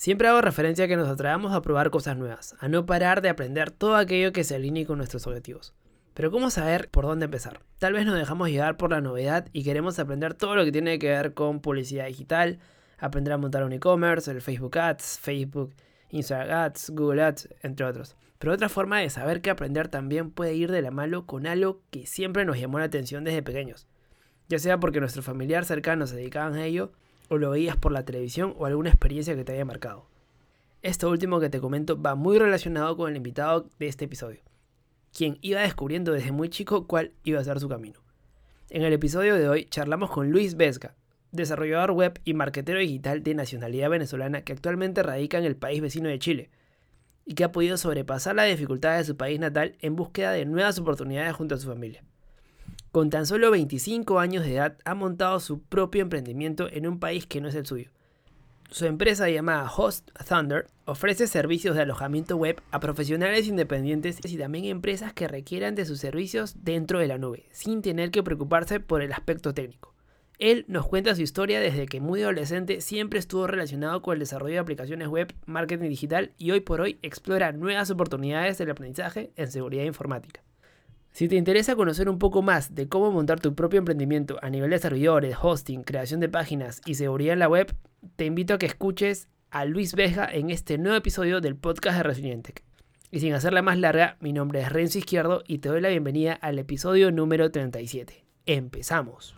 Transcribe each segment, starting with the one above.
Siempre hago referencia a que nos atrevamos a probar cosas nuevas, a no parar de aprender todo aquello que se alinee con nuestros objetivos. Pero ¿cómo saber por dónde empezar? Tal vez nos dejamos llevar por la novedad y queremos aprender todo lo que tiene que ver con publicidad digital, aprender a montar un e-commerce, el Facebook Ads, Facebook, Instagram Ads, Google Ads, entre otros. Pero otra forma de saber que aprender también puede ir de la mano con algo que siempre nos llamó la atención desde pequeños. Ya sea porque nuestro familiar cercano se dedicaban a ello, o lo veías por la televisión o alguna experiencia que te haya marcado. Esto último que te comento va muy relacionado con el invitado de este episodio, quien iba descubriendo desde muy chico cuál iba a ser su camino. En el episodio de hoy charlamos con Luis Vesga, desarrollador web y marketero digital de nacionalidad venezolana que actualmente radica en el país vecino de Chile y que ha podido sobrepasar las dificultades de su país natal en búsqueda de nuevas oportunidades junto a su familia. Con tan solo 25 años de edad ha montado su propio emprendimiento en un país que no es el suyo. Su empresa llamada Host Thunder ofrece servicios de alojamiento web a profesionales independientes y también empresas que requieran de sus servicios dentro de la nube, sin tener que preocuparse por el aspecto técnico. Él nos cuenta su historia desde que muy adolescente siempre estuvo relacionado con el desarrollo de aplicaciones web, marketing digital y hoy por hoy explora nuevas oportunidades del aprendizaje en seguridad informática. Si te interesa conocer un poco más de cómo montar tu propio emprendimiento a nivel de servidores, hosting, creación de páginas y seguridad en la web, te invito a que escuches a Luis Vesga en este nuevo episodio del podcast de Resilientec. Y sin hacerla más larga, mi nombre es Renzo Izquierdo y te doy la bienvenida al episodio número 37. ¡Empezamos!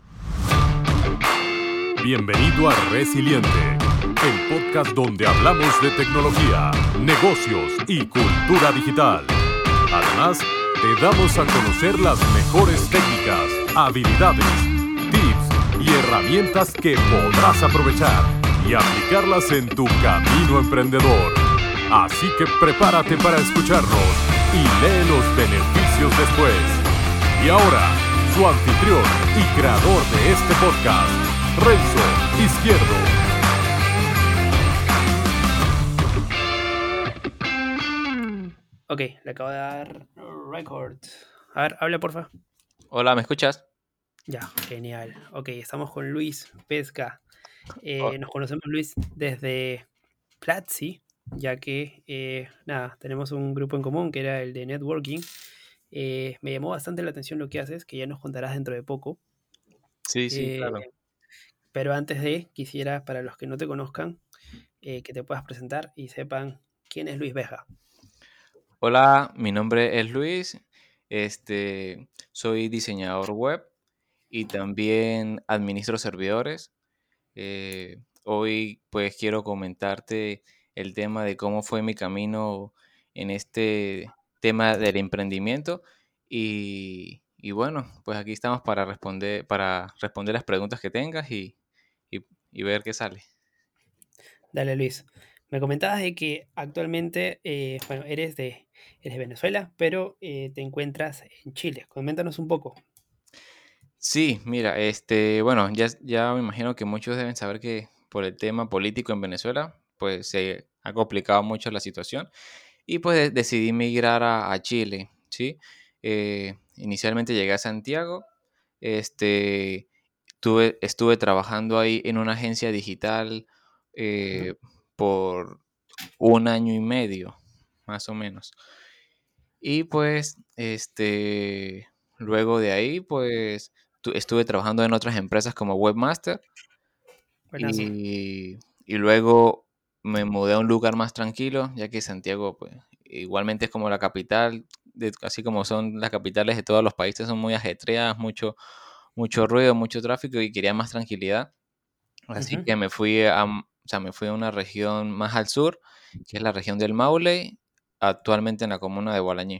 Bienvenido a Resiliente, el podcast donde hablamos de tecnología, negocios y cultura digital. Además, te damos a conocer las mejores técnicas, habilidades, tips y herramientas que podrás aprovechar y aplicarlas en tu camino emprendedor. Así que prepárate para escucharnos y lee los beneficios después. Y ahora, su anfitrión y creador de este podcast, Renzo Izquierdo. Ok, le acabo de dar record. A ver, habla porfa. Hola, ¿me escuchas? Ya, genial. Ok, estamos con Luis Vesga. Oh, Nos conocemos, Luis, desde Platzi, ya que, tenemos un grupo en común que era el de networking. Me llamó bastante la atención lo que haces, que ya nos contarás dentro de poco. sí, Eh, claro. pero antes quisiera, para los que no te conozcan, que te puedas presentar y sepan quién es Luis Vesga. Hola, mi nombre es Luis. Soy diseñador web y también administro servidores. Hoy, pues, quiero comentarte el tema de cómo fue mi camino en este tema del emprendimiento y bueno, pues aquí estamos para responder las preguntas que tengas y ver qué sale. Dale, Luis. Me comentabas de que actualmente, eres de Venezuela, pero te encuentras en Chile. Coméntanos un poco. Sí, mira, bueno, ya me imagino que muchos deben saber que por el tema político en Venezuela, pues se ha complicado mucho la situación y pues decidí migrar a Chile, ¿sí? Inicialmente llegué a Santiago, este, estuve trabajando ahí en una agencia digital Ujú. por un año y medio, más o menos. Y pues, luego de ahí, pues, estuve trabajando en otras empresas como webmaster Buenazo. y luego me mudé a un lugar más tranquilo, ya que Santiago, pues, igualmente es como la capital, así como son las capitales de todos los países, son muy ajetreadas, mucho ruido, mucho tráfico y quería más tranquilidad. Así Ujú. que o sea, me fui a una región más al sur, que es la región del Maule, actualmente en la comuna de Gualañé.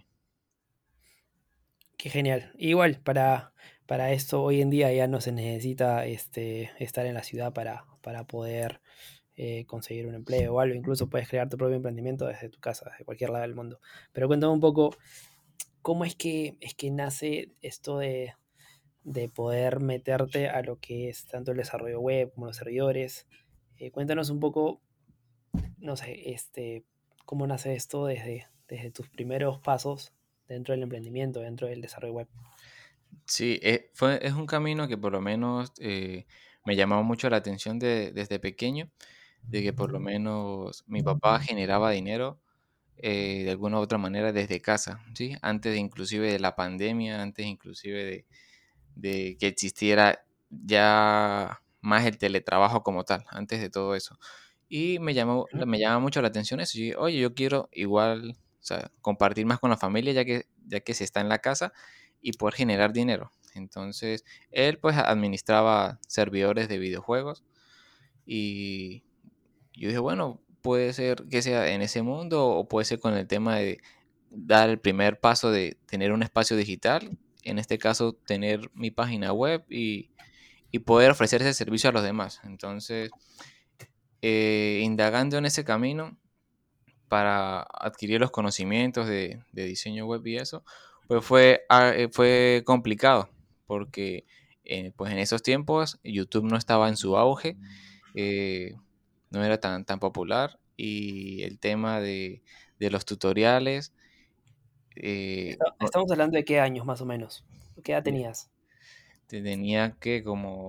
Qué genial. Igual, para esto hoy en día ya no se necesita estar en la ciudad para poder conseguir un empleo o algo. Incluso puedes crear tu propio emprendimiento desde tu casa, desde cualquier lado del mundo. Pero cuéntame un poco, ¿cómo es que nace esto de poder meterte a lo que es tanto el desarrollo web como los servidores? Cuéntanos un poco, no sé, cómo nace esto desde tus primeros pasos dentro del emprendimiento, dentro del desarrollo web. Sí, es un camino que por lo menos me llamaba mucho la atención desde pequeño, de que por lo menos mi papá generaba dinero de alguna u otra manera desde casa, ¿sí? Antes de inclusive de la pandemia, antes inclusive de que existiera ya más el teletrabajo como tal, antes de todo eso. Y Ujú. me llama mucho la atención eso. Y dije, oye, yo quiero igual, o sea, compartir más con la familia ya que se está en la casa y poder generar dinero. Entonces, él pues administraba servidores de videojuegos y yo dije, bueno, puede ser que sea en ese mundo o puede ser con el tema de dar el primer paso de tener un espacio digital, en este caso tener mi página web y poder ofrecer ese servicio a los demás. Entonces, indagando en ese camino para adquirir los conocimientos de diseño web y eso, pues fue complicado porque pues en esos tiempos YouTube no estaba en su auge, eh, no era tan popular y el tema de los tutoriales, no, Estamos hablando de qué años más o menos. ¿Qué edad tenías? tenía que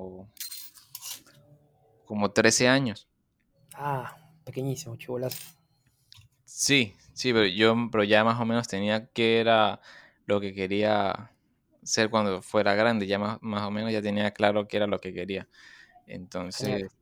como 13 años. Ah, pequeñísimo, chibolazo. Sí, sí, pero ya más o menos tenía que era lo que quería ser cuando fuera grande, ya más o menos ya tenía claro qué era lo que quería. Genial. Entonces,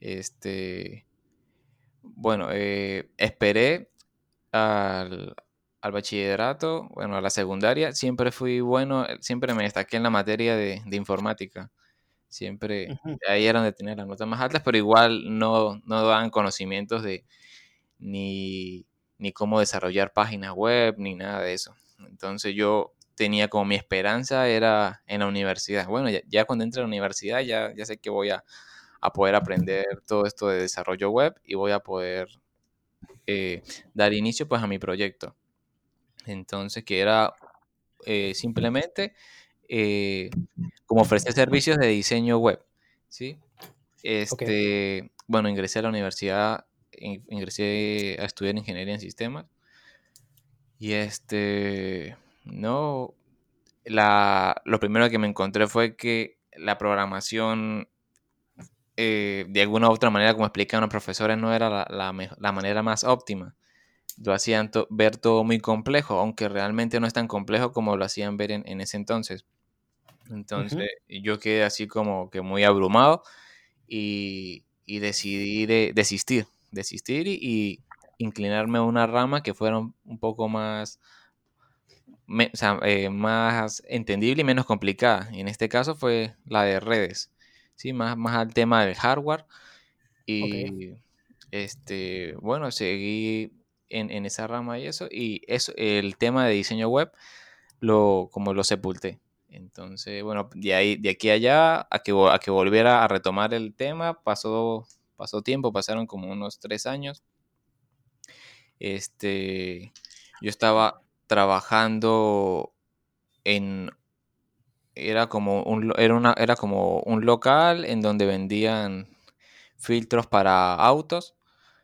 bueno, esperé al, al bachillerato, bueno, a la secundaria, siempre fui bueno, siempre me destaqué en la materia de informática. Siempre Ujú, ahí era donde tenía las notas más altas, pero igual no daban conocimientos de ni, ni cómo desarrollar páginas web, ni nada de eso. Entonces yo tenía como mi esperanza era en la universidad. Bueno, ya cuando entre a la universidad ya sé que voy a poder aprender todo esto de desarrollo web y voy a poder eh, dar inicio pues a mi proyecto. Entonces que era simplemente eh, como ofrecer servicios de diseño web, ¿sí? ok. Bueno, ingresé a la universidad, ingresé a estudiar ingeniería en sistemas y no, lo primero que me encontré fue que la programación, de alguna u otra manera, como explican los profesores, no era la manera más óptima. Lo hacían ver todo muy complejo, aunque realmente no es tan complejo como lo hacían ver en ese entonces. Ujú, Entonces yo quedé así como que muy abrumado y decidí desistir y inclinarme a una rama que fuera un poco más, o sea, más entendible y menos complicada. Y en este caso fue la de redes, ¿sí? Más al tema del hardware. ok. Y bueno, seguí en esa rama y eso, el tema de diseño web, como lo sepulté. Entonces, bueno, de aquí a allá, a que volviera a retomar el tema, pasó tiempo, pasaron como unos 3 años. Este, yo estaba trabajando en, era como un local en donde vendían filtros para autos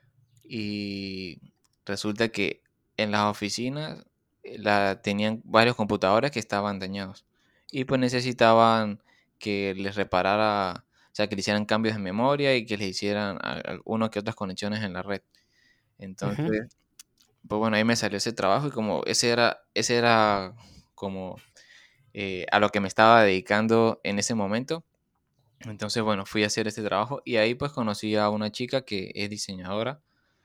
y resulta que en las oficinas tenían varios computadores que estaban dañados y pues necesitaban que les reparara, o sea, que le hicieran cambios de memoria y que les hicieran algunas que otras conexiones en la red. Ujú, Entonces, pues bueno, ahí me salió ese trabajo y como ese era como a lo que me estaba dedicando en ese momento. Entonces, bueno, fui a hacer este trabajo y ahí pues conocí a una chica que es diseñadora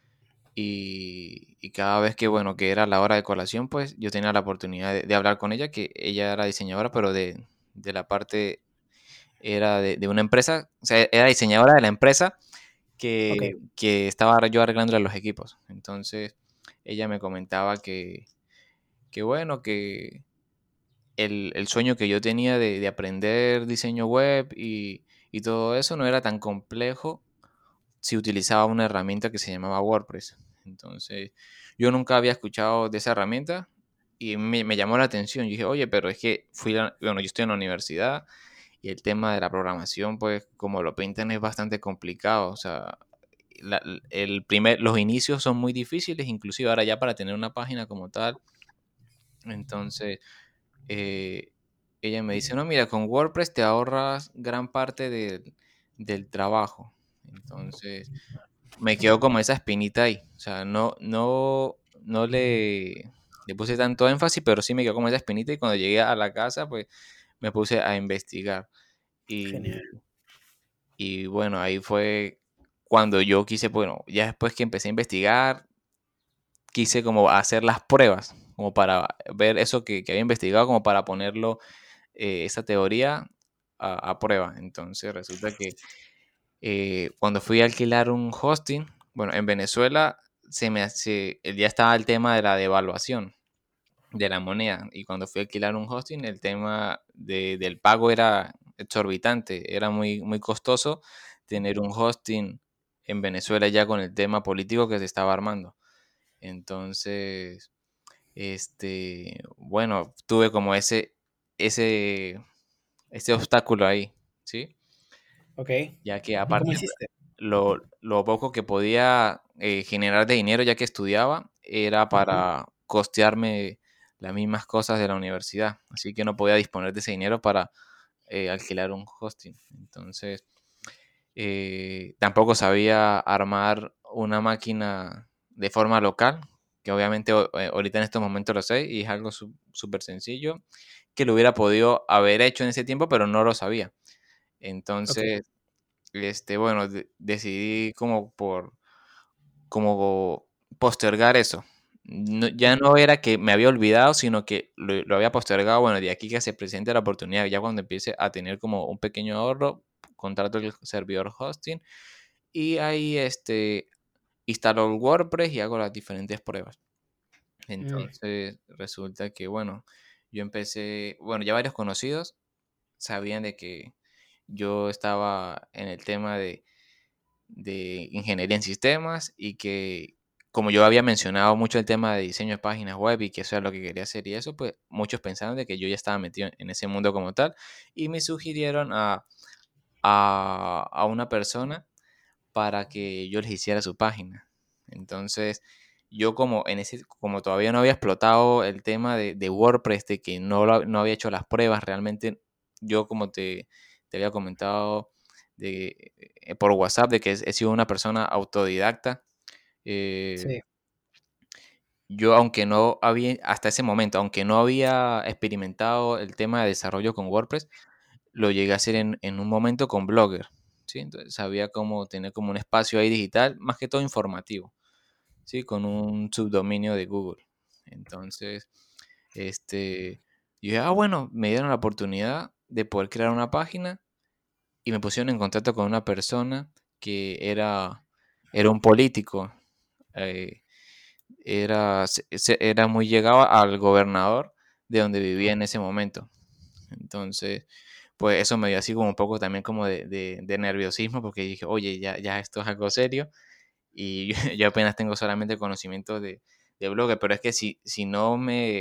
y cada vez que, bueno, que era la hora de colación, pues yo tenía la oportunidad de hablar con ella, que ella era diseñadora, pero de la parte, era de una empresa, o sea, era diseñadora de la empresa ok. que estaba yo arreglándole los equipos. Entonces, ella me comentaba que bueno, que el sueño que yo tenía de aprender diseño web y todo eso no era tan complejo si utilizaba una herramienta que se llamaba WordPress. Entonces, yo nunca había escuchado de esa herramienta y me llamó la atención. Yo dije, oye, pero es que bueno, yo estoy en la universidad y el tema de la programación, pues, como lo pintan, es bastante complicado. O sea, los inicios son muy difíciles, inclusive ahora ya para tener una página como tal. Entonces, eh, ella me dice, no, mira, con WordPress te ahorras gran parte del trabajo. Entonces, me quedó como esa espinita ahí. O sea, no le puse tanto énfasis, pero sí me quedó como esa espinita y cuando llegué a la casa, pues me puse a investigar. Genial. Y bueno, ahí fue cuando yo quise, bueno, ya después que empecé a investigar, quise como hacer las pruebas, como para ver eso que había investigado, como para ponerlo, esa teoría a prueba. Entonces resulta que cuando fui a alquilar un hosting, bueno, en Venezuela ya estaba el tema de la devaluación de la moneda. Y cuando fui a alquilar un hosting, el tema del pago era exorbitante, era muy, muy costoso tener un hosting en Venezuela ya con el tema político que se estaba armando. Entonces, bueno, tuve como ese, ese obstáculo ahí, ¿sí? Ok. Ya que ¿Y cómo aparte hiciste? lo poco que podía generar de dinero ya que estudiaba era Ujú. para costearme las mismas cosas de la universidad. Así que no podía disponer de ese dinero para alquilar un hosting. Entonces, tampoco sabía armar una máquina de forma local, que obviamente ahorita en estos momentos lo sé y es algo súper sencillo, que lo hubiera podido haber hecho en ese tiempo, pero no lo sabía. Ok. Entonces, bueno, decidí como postergar eso. Ya Ujú. no era que me había olvidado, sino que lo había postergado. Bueno, de aquí que se presente la oportunidad, ya cuando empiece a tener como un pequeño ahorro, contrato el servidor hosting y ahí instalo el WordPress y hago las diferentes pruebas. Mm, Entonces resulta que, bueno, yo empecé, bueno, ya varios conocidos sabían de que yo estaba en el tema de ingeniería en sistemas y que como yo había mencionado mucho el tema de diseño de páginas web y que eso era lo que quería hacer y eso, pues muchos pensaban de que yo ya estaba metido en ese mundo como tal y me sugirieron a una persona para que yo les hiciera su página. Entonces, yo como todavía no había explotado el tema de WordPress, de que no había hecho las pruebas, realmente yo como te había comentado por WhatsApp, de que he sido una persona autodidacta, eh, sí. yo aunque no había, hasta ese momento, aunque no había experimentado el tema de desarrollo con WordPress, lo llegué a hacer en un momento con Blogger, ¿sí? Entonces sabía cómo tener como un espacio ahí digital, más que todo informativo, ¿sí? Con un subdominio de Google. Entonces, yo dije, bueno, me dieron la oportunidad de poder crear una página y me pusieron en contacto con una persona que era un político, eh, era muy llegado al gobernador de donde vivía en ese momento. Entonces, pues eso me dio así como un poco también como de nerviosismo porque dije, oye, ya esto es algo serio y yo apenas tengo solamente conocimiento de Blogger, pero es que si no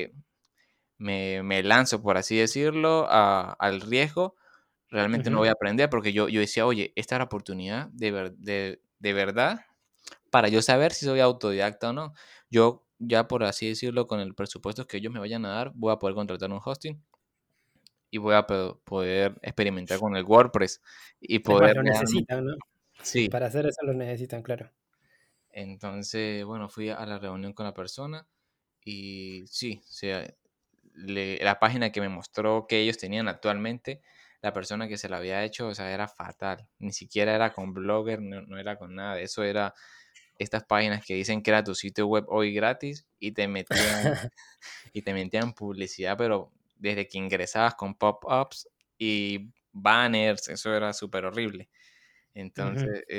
me lanzo, por así decirlo, al riesgo, realmente no Ujú. voy a aprender porque yo decía, oye, esta es la oportunidad de verdad para yo saber si soy autodidacta o no. Yo ya, por así decirlo, con el presupuesto que ellos me vayan a dar, voy a poder contratar un hosting y voy a poder experimentar con el WordPress y Es más, poder lo realmente, necesitan, ¿no? Sí, sí. para hacer eso lo necesitan, claro. Entonces, bueno, fui a la reunión con la persona y sí, o sea, la página que me mostró que ellos tenían actualmente, la persona que se la había hecho, o sea, era fatal. Ni siquiera era con Blogger, no era con nada de eso, era estas páginas que dicen que era tu sitio web hoy gratis y te metían publicidad, pero desde que ingresabas con pop-ups y banners, eso era súper horrible. Ujú, Entonces,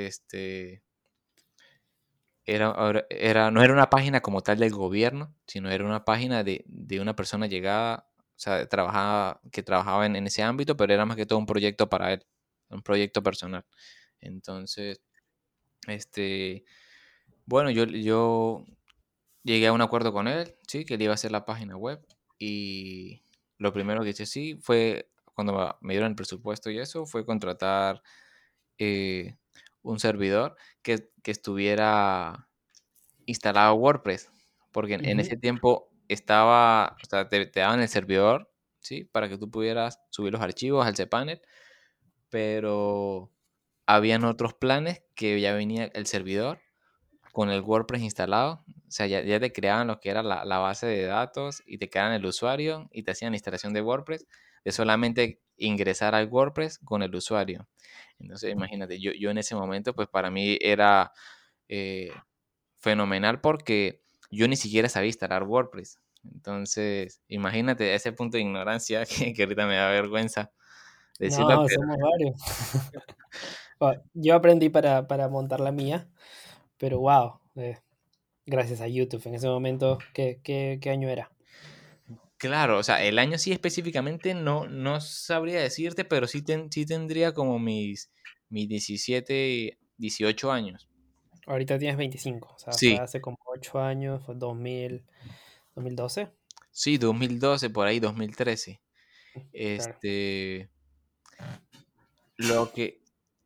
no era una página como tal del gobierno, sino era una página de una persona llegada, o sea, que trabajaba en ese ámbito, pero era más que todo un proyecto para él, un proyecto personal. Entonces, este, bueno, yo llegué a un acuerdo con él, sí, que él iba a hacer la página web y lo primero que hice sí fue, cuando me dieron el presupuesto y eso, fue contratar eh, un servidor que estuviera instalado WordPress, porque en ujú. ese tiempo estaba, o sea, te daban el servidor, ¿sí? Para que tú pudieras subir los archivos al cPanel, pero habían otros planes que ya venía el servidor con el WordPress instalado. O sea, ya te creaban lo que era la base de datos y te creaban el usuario y te hacían la instalación de WordPress, de solamente ingresar al WordPress con el usuario. Entonces, imagínate, yo en ese momento, pues para mí era fenomenal porque yo ni siquiera sabía instalar WordPress. Entonces, imagínate ese punto de ignorancia que ahorita me da vergüenza decirlo, No, pero somos varios. Yo aprendí para montar la mía, pero wow, gracias a YouTube. En ese momento, ¿qué año era? claro, o sea, el año sí específicamente no sabría decirte, pero sí tendría como mis 17, 18 años. Ahorita tienes 25, o sea, fue Sí, hace como 8 años, fue 2012. sí, 2012, por ahí, 2013. Claro. Este, lo que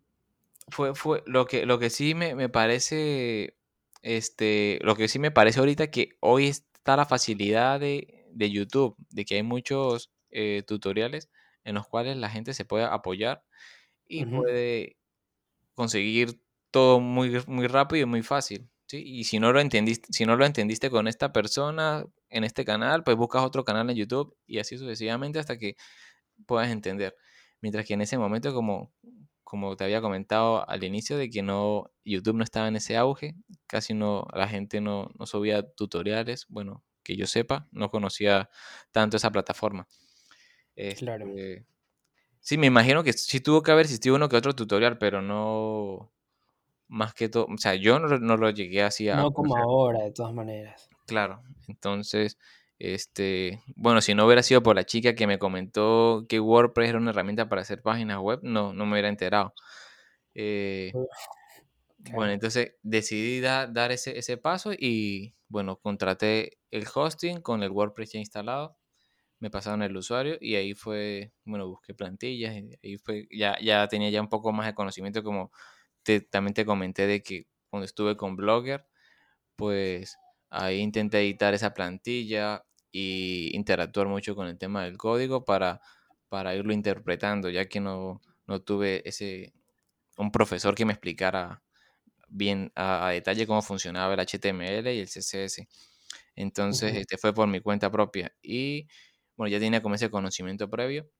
lo que sí me parece, lo que sí me parece ahorita que hoy está la facilidad de YouTube, de que hay muchos tutoriales en los cuales la gente se puede apoyar y Ujú. puede conseguir todo muy, muy rápido y muy fácil, ¿sí? Y si no lo entendiste con esta persona en este canal, pues buscas otro canal en YouTube y así sucesivamente hasta que puedas entender. Mientras que en ese momento, como te había comentado al inicio, de que YouTube no estaba en ese auge, casi no, la gente no subía tutoriales, bueno, que yo sepa, no conocía tanto esa plataforma. Claro. Este, sí, me imagino que sí tuvo que haber existido uno que otro tutorial, pero no, más que todo, o sea, yo no lo llegué así a No como conocer. ahora, de todas maneras. Claro, entonces, bueno, si no hubiera sido por la chica que me comentó que WordPress era una herramienta para hacer páginas web, no me hubiera enterado. Eh, bueno, Claro. entonces decidí dar ese paso y, bueno, contraté el hosting con el WordPress ya instalado, me pasaron el usuario y ahí fue, bueno, busqué plantillas y ahí fue, ya tenía ya un poco más de conocimiento, como también te comenté de que cuando estuve con Blogger, pues ahí intenté editar esa plantilla y interactuar mucho con el tema del código para irlo interpretando, ya que no tuve un profesor que me explicara bien a detalle cómo funcionaba el HTML y el CSS. Entonces, Ujú. fue por mi cuenta propia y bueno, ya tenía como ese conocimiento previo.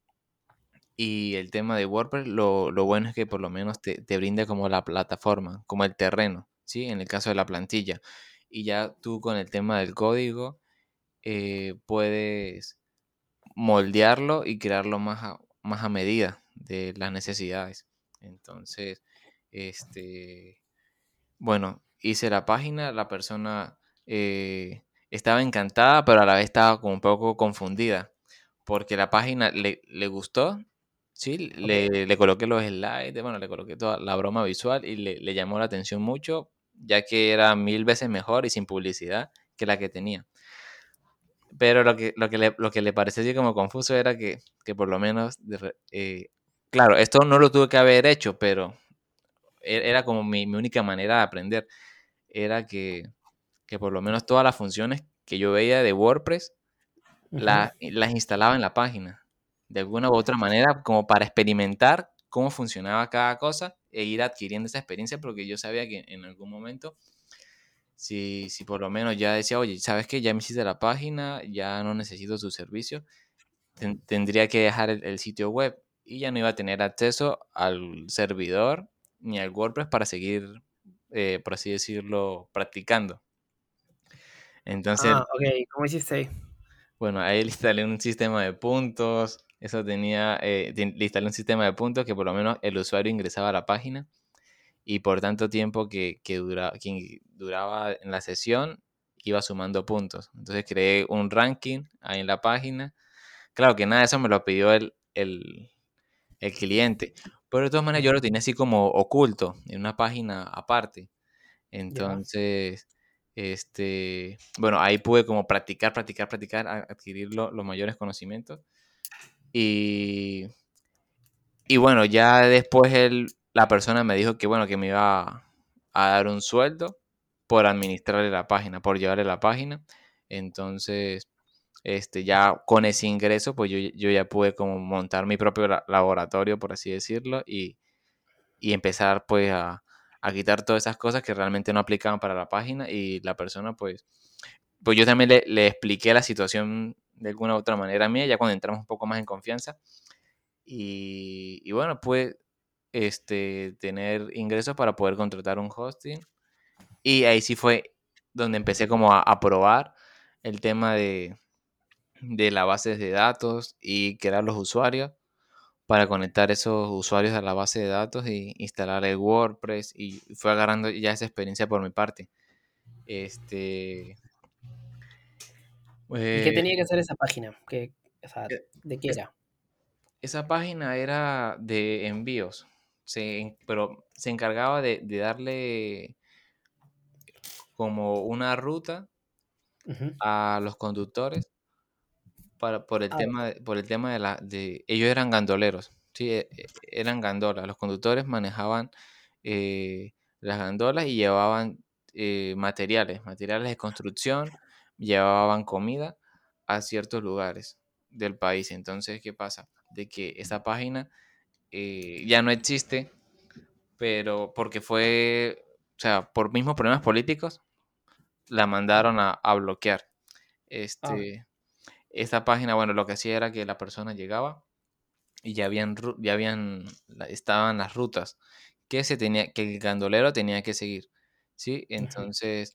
Y el tema de WordPress, lo bueno es que por lo menos te brinda como la plataforma, como el terreno, ¿sí? En el caso de la plantilla. Y ya tú con el tema del código puedes moldearlo y crearlo más a medida de las necesidades. Entonces, bueno, hice la página, la persona estaba encantada, pero a la vez estaba como un poco confundida, porque la página le gustó, ¿sí? Ok. Le coloqué los slides, bueno, le coloqué toda la broma visual y le llamó la atención mucho, ya que era 1000 veces mejor y sin publicidad que la que tenía. Pero lo que le pareció así como confuso era que por lo menos, claro, esto no lo tuve que haber hecho, pero era como mi única manera de aprender era que por lo menos todas las funciones que yo veía de WordPress Ujú. las instalaba en la página, de alguna u otra manera, como para experimentar cómo funcionaba cada cosa e ir adquiriendo esa experiencia, porque yo sabía que en algún momento, si por lo menos ya decía, oye, ¿sabes qué? Ya me hiciste la página, ya no necesito tu servicio, tendría que dejar el sitio web y ya no iba a tener acceso al servidor ni al WordPress para seguir, por así decirlo, practicando. Entonces, Ah, ok. ¿Cómo hiciste ahí? bueno, ahí le instalé un sistema de puntos. Eso tenía, le instalé un sistema de puntos que por lo menos el usuario ingresaba a la página y por tanto tiempo que duraba en la sesión iba sumando puntos. Entonces creé un ranking ahí en la página. Claro que nada de eso me lo pidió el cliente, pero de todas maneras yo lo Ujú. tenía así como oculto en una página aparte. Ya. Entonces, bueno, ahí pude como practicar, practicar, practicar, adquirir los mayores conocimientos. Y, y bueno, ya después la persona me dijo que bueno, que me iba a dar un sueldo por administrarle la página, por llevarle la página. Entonces, ya con ese ingreso, pues yo ya pude como montar mi propio laboratorio, por así decirlo, y empezar pues a quitar todas esas cosas que realmente no aplicaban para la página y la persona pues yo también le expliqué la situación de alguna u otra manera mía, ya cuando entramos un poco más en confianza. Y bueno, pues tener ingresos para poder contratar un hosting. Y ahí sí fue donde empecé como a probar el tema de las bases de datos y crear los usuarios para conectar esos usuarios a la base de datos y instalar el WordPress y fue agarrando ya esa experiencia por mi parte. Este, ¿Y qué eh, tenía que hacer esa página? O sea, e- ¿de qué es- era? esa página era de envíos, pero se encargaba de darle como una ruta Ujú. a los conductores Ah, por el tema ellos eran gandoleros, sí, eran gandolas. Los conductores manejaban eh, las gandolas y llevaban materiales de construcción, llevaban comida a ciertos lugares del país. Entonces, ¿qué pasa? De que esa página ya no existe, pero porque o sea, por mismos problemas políticos, la mandaron a bloquear. ah, Este, Esta página, bueno, lo que hacía era que la persona llegaba y estaban las rutas que el gandolero tenía que seguir, ¿sí? ujú, Entonces,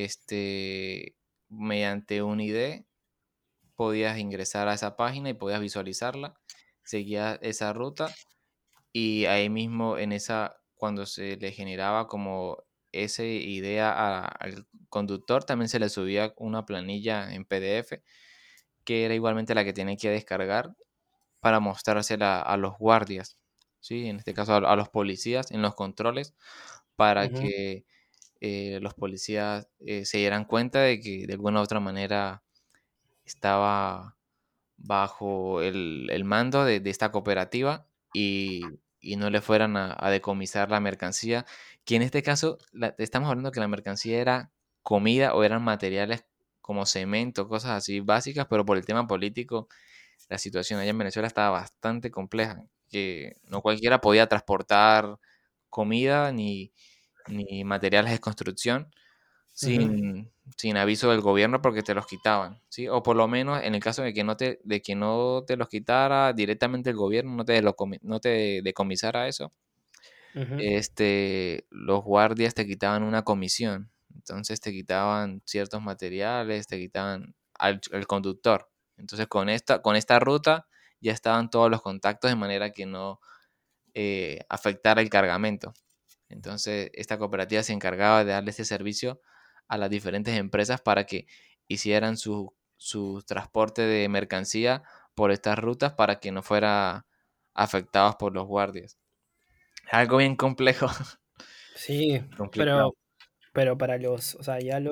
mediante un ID podías ingresar a esa página y podías visualizarla, seguía esa ruta y ahí mismo cuando se le generaba como esa idea al conductor, también se le subía una planilla en PDF que era igualmente la que tiene que descargar para mostrársela a los guardias, ¿sí? En este caso a los policías en los controles, para ujú, que los policías se dieran cuenta de que de alguna u otra manera estaba bajo el mando de esta cooperativa y no le fueran a decomisar la mercancía, que en este caso estamos hablando que la mercancía era comida o eran materiales como cemento, cosas así básicas, pero por el tema político la situación allá en Venezuela estaba bastante compleja, que no cualquiera podía transportar comida ni materiales de construcción ujú, sin aviso del gobierno porque te los quitaban, ¿sí? O por lo menos en el caso de que no te los quitara directamente el gobierno, no te decomisara eso, ujú, los guardias te quitaban una comisión. Entonces te quitaban ciertos materiales, te quitaban el conductor. Entonces con esta ruta ya estaban todos los contactos de manera que no afectara el cargamento. Entonces esta cooperativa se encargaba de darle este servicio a las diferentes empresas para que hicieran su transporte de mercancía por estas rutas para que no fuera afectados por los guardias. Algo bien complejo. sí, Complicado. pero, pero para o sea, ya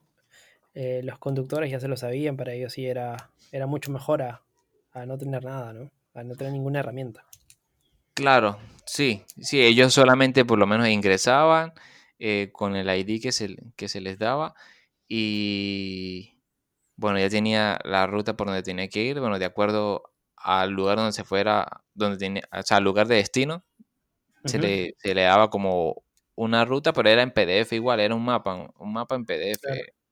los conductores ya se lo sabían, para ellos sí era mucho mejor a no tener nada, ¿no? A no tener ninguna herramienta. Claro, sí, sí, ellos solamente por lo menos ingresaban con el ID que se les daba y bueno, ya tenía la ruta por donde tenía que ir, bueno, de acuerdo al lugar donde se fuera, o sea, al lugar de destino, Ujú, se le daba como una ruta, pero era en PDF igual, era un mapa en claro. PDF.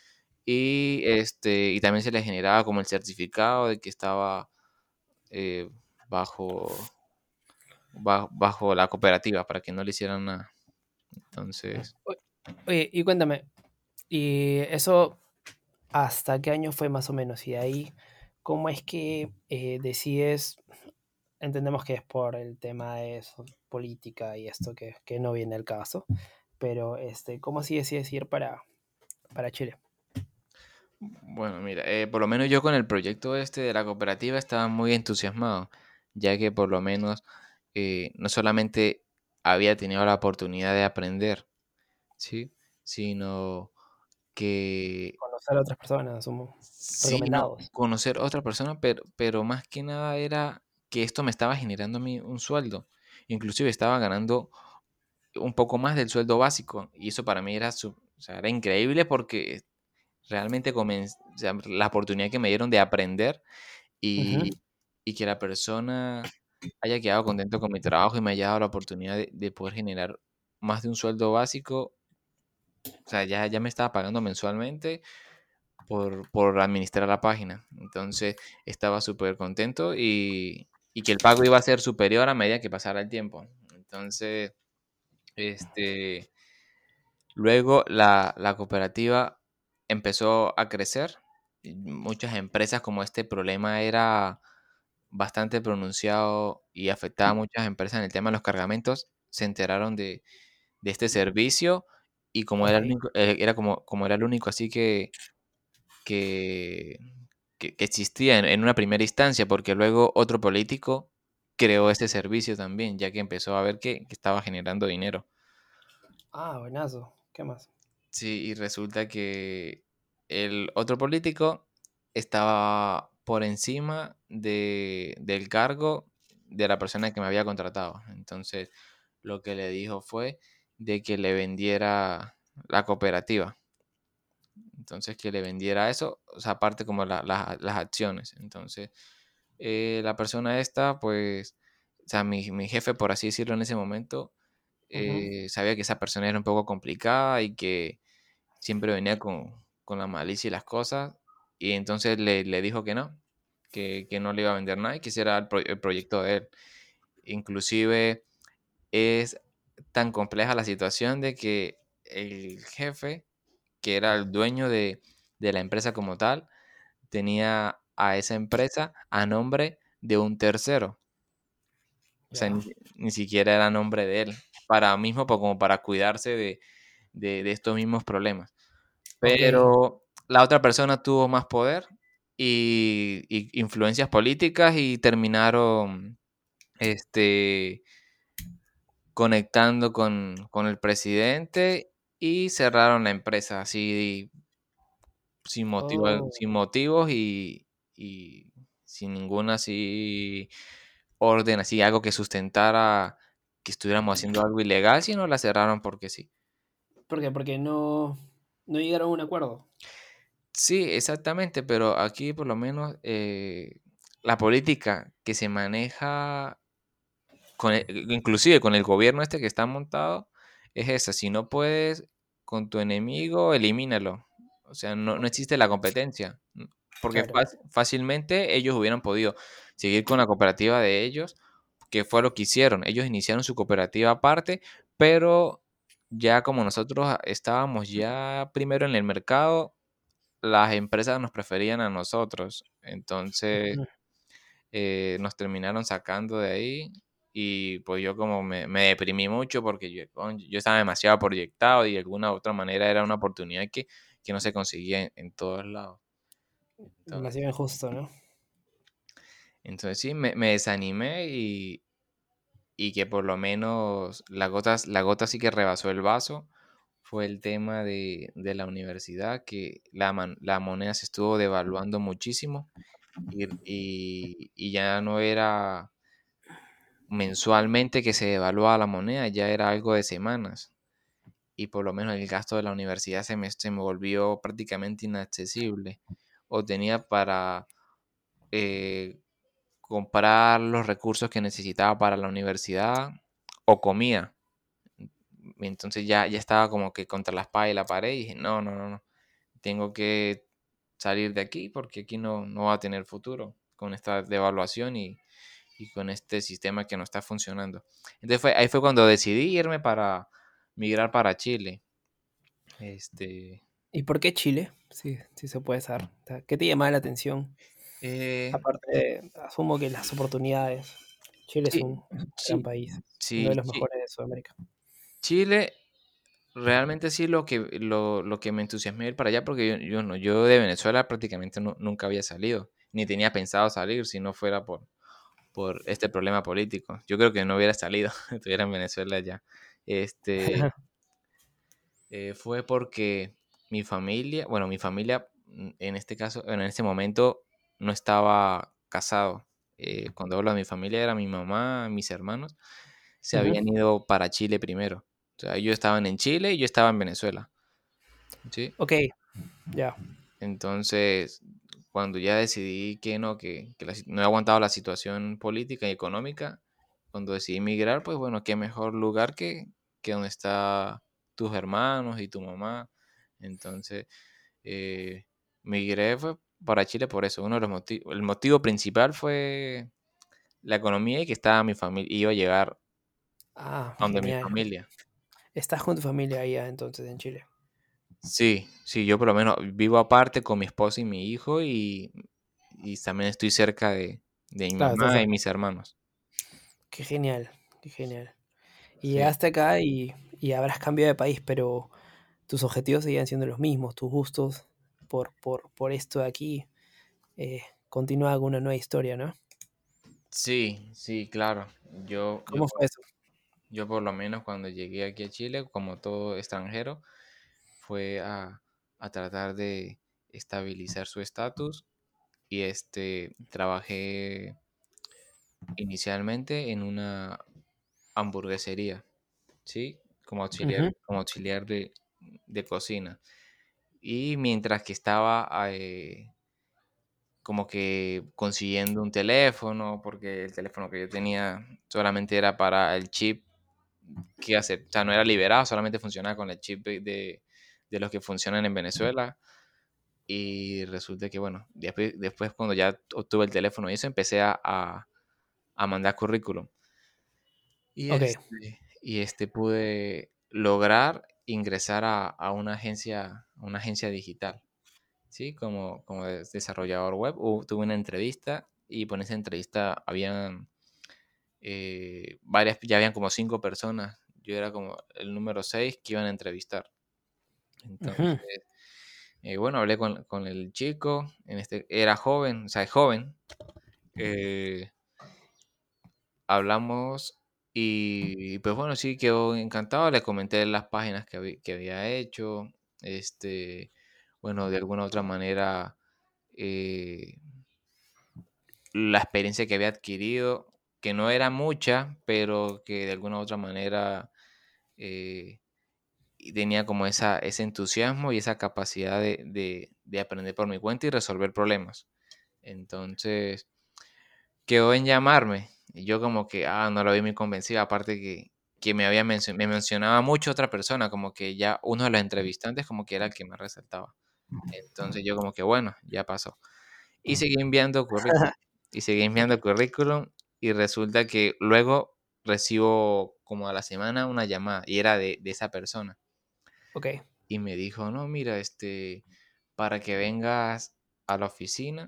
Y también se le generaba como el certificado de que estaba eh, bajo, bajo la cooperativa para que no le hicieran nada. Entonces, Oye, y cuéntame, ¿y eso hasta qué año fue más o menos? Y de ahí, ¿cómo es que decides? Entendemos que es por el tema de política y esto que no viene al caso, pero ¿cómo así decides ir para Chile? bueno, mira, por lo menos yo con el proyecto este de la cooperativa estaba muy entusiasmado, ya que por lo menos no solamente había tenido la oportunidad de aprender, ¿sí? Sino que Conocer a otras personas, somos sí, no, recomendados. conocer a otra persona, pero más que nada era que esto me estaba generando a mí un sueldo. Inclusive estaba ganando un poco más del sueldo básico y eso para mí o sea, era increíble porque realmente o sea, la oportunidad que me dieron de aprender Ujú, y que la persona haya quedado contento con mi trabajo y me haya dado la oportunidad de poder generar más de un sueldo básico, o sea, ya me estaba pagando mensualmente por administrar la página. Entonces estaba súper contento y que el pago iba a ser superior a medida que pasara el tiempo. Entonces, este, luego la cooperativa empezó a crecer. Y muchas empresas, como este problema era bastante pronunciado y afectaba a muchas empresas en el tema de los cargamentos, se enteraron de este servicio y como era el Ok. único, era como era el único así que, que existía en una primera instancia, porque luego otro político creó este servicio también, ya que empezó a ver que estaba generando dinero. Ah, buenazo. ¿Qué más? Sí, y resulta que el otro político estaba por encima del cargo de la persona que me había contratado. Entonces, lo que le dijo fue de que le vendiera la cooperativa. Entonces, que le vendiera eso, o sea, aparte como las acciones. Entonces, la persona esta, pues, o sea, mi jefe, por así decirlo, en ese momento, Ujú. sabía que esa persona era un poco complicada y que siempre venía con la malicia y las cosas, y entonces le dijo que no le iba a vender nada y que ese era el proyecto de él. Inclusive es tan compleja la situación de que el jefe, que era el dueño de la empresa como tal, tenía a esa empresa a nombre de un tercero. O sea, Ya. ni siquiera era nombre de él, para mismo como para cuidarse de estos mismos problemas. Ok. Pero la otra persona tuvo más poder y influencias políticas y terminaron este, conectando con el presidente y cerraron la empresa así Oh. sin motivos y sin ninguna así orden, así algo que sustentara que estuviéramos haciendo algo ilegal, sino la cerraron porque sí. ¿Por qué? Porque no llegaron a un acuerdo. Sí, exactamente, pero aquí por lo menos la política que se maneja inclusive con el gobierno este que está montado es esa. Si no puedes con tu enemigo, elimínalo. O sea, no existe la competencia. Porque Claro. fácilmente ellos hubieran podido seguir con la cooperativa de ellos, que fue lo que hicieron. Ellos iniciaron su cooperativa aparte, pero ya como nosotros estábamos ya primero en el mercado, las empresas nos preferían a nosotros. Entonces Ujú. nos terminaron sacando de ahí y pues yo como me deprimí mucho porque yo estaba demasiado proyectado y de alguna u otra manera era una oportunidad que no se conseguía en todos lados. Demasiado Entonces, injusto, ¿no? entonces sí, me desanimé y que por lo menos la gota sí que rebasó el vaso fue el tema de la universidad, que la moneda se estuvo devaluando muchísimo y ya no era mensualmente que se devaluaba la moneda, ya era algo de semanas. Y por lo menos el gasto de la universidad se me volvió prácticamente inaccesible. O tenía para eh, comprar los recursos que necesitaba para la universidad o comía. Entonces ya estaba como que contra la espada y la pared y dije, no, no, no, no, tengo que salir de aquí porque aquí no va a tener futuro con esta devaluación y con este sistema que no está funcionando. Entonces ahí fue cuando decidí irme para migrar para Chile. Este, ¿Y por qué Chile? Sí, sí se puede saber. O sea, ¿qué te llamaba la atención? eh, Aparte, asumo que las oportunidades. Chile es sí, un gran sí, país, uno sí, de los mejores de Sudamérica. Chile, realmente sí lo que me entusiasmó ir para allá, porque yo de Venezuela prácticamente nunca había salido, ni tenía pensado salir si no fuera por este problema político. Yo creo que no hubiera salido, estuviera en Venezuela ya. Este, fue porque mi familia en este caso, bueno, en este momento no estaba casado. Cuando hablo de mi familia era mi mamá, mis hermanos, se Ujú. habían ido para Chile primero. O sea, ellos estaban en Chile y yo estaba en Venezuela, ¿sí? Ok, ya. Entonces, cuando ya decidí que no, no he aguantado la situación política y económica, cuando decidí migrar, pues bueno, qué mejor lugar que donde está tus hermanos y tu mamá. Entonces, migré fue para Chile por eso. Uno de los motivos, el motivo principal fue la economía y que estaba mi familia, iba a llegar Ah, a donde mi genial. familia. ¿Estás con tu familia allá entonces en Chile? Sí, sí, yo por lo menos vivo aparte con mi esposa y mi hijo y también estoy cerca de mi Claro, estás mamá y cerca. mis hermanos. Qué genial, qué genial. Y Sí, llegaste acá y habrás cambiado de país, pero tus objetivos seguían siendo los mismos, tus gustos por esto de aquí. eh, Continúa con una nueva historia, ¿no? sí, sí, claro. ¿Cómo fue eso? Yo por lo menos cuando llegué aquí a Chile, como todo extranjero, fue a tratar de estabilizar su estatus y trabajé inicialmente en una hamburguesería, ¿sí? Ujú, Como auxiliar de cocina. Y mientras que estaba como que consiguiendo un teléfono, porque el teléfono que yo tenía solamente era para el chip o sea, no era liberado, solamente funcionaba con el chip de los que funcionan en Venezuela. Y resulta que, bueno, después cuando ya obtuve el teléfono y eso, empecé a mandar currículum. ok. Y pude lograr ingresar a una agencia digital, ¿sí? Como desarrollador web. Tuve una entrevista y por esa entrevista habían ya habían como 5 personas. Yo era como el número 6 que iban a entrevistar. Ujú, Entonces, bueno, hablé con el chico, era joven, o sea, es joven. eh, Hablamos y pues bueno, sí, quedó encantado. Le comenté las páginas que había hecho. Este, bueno, de alguna u otra manera, eh, la experiencia que había adquirido, que no era mucha, pero que de alguna u otra manera eh, y tenía como ese entusiasmo y esa capacidad de aprender por mi cuenta y resolver problemas. Entonces, quedó en llamarme. Y yo como que, no lo vi muy convencido. Aparte que me mencionaba mucho otra persona, como que ya uno de los entrevistantes como que era el que más resaltaba. Entonces yo como que, bueno, ya pasó. Y seguí enviando currículum. Y seguí enviando currículum. Y resulta que luego recibo como a la semana una llamada. Y era de esa persona. ok, Y me dijo, no, mira, para que vengas a la oficina,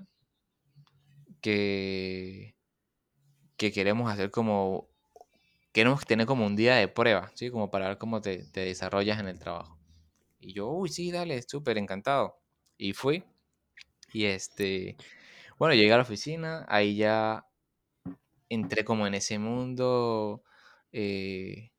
que, que queremos tener como un día de prueba, ¿sí? Como para ver cómo te desarrollas en el trabajo. Y yo, uy, sí, dale, súper encantado. Y fui, y bueno, llegué a la oficina, ahí ya entré como en ese mundo eh,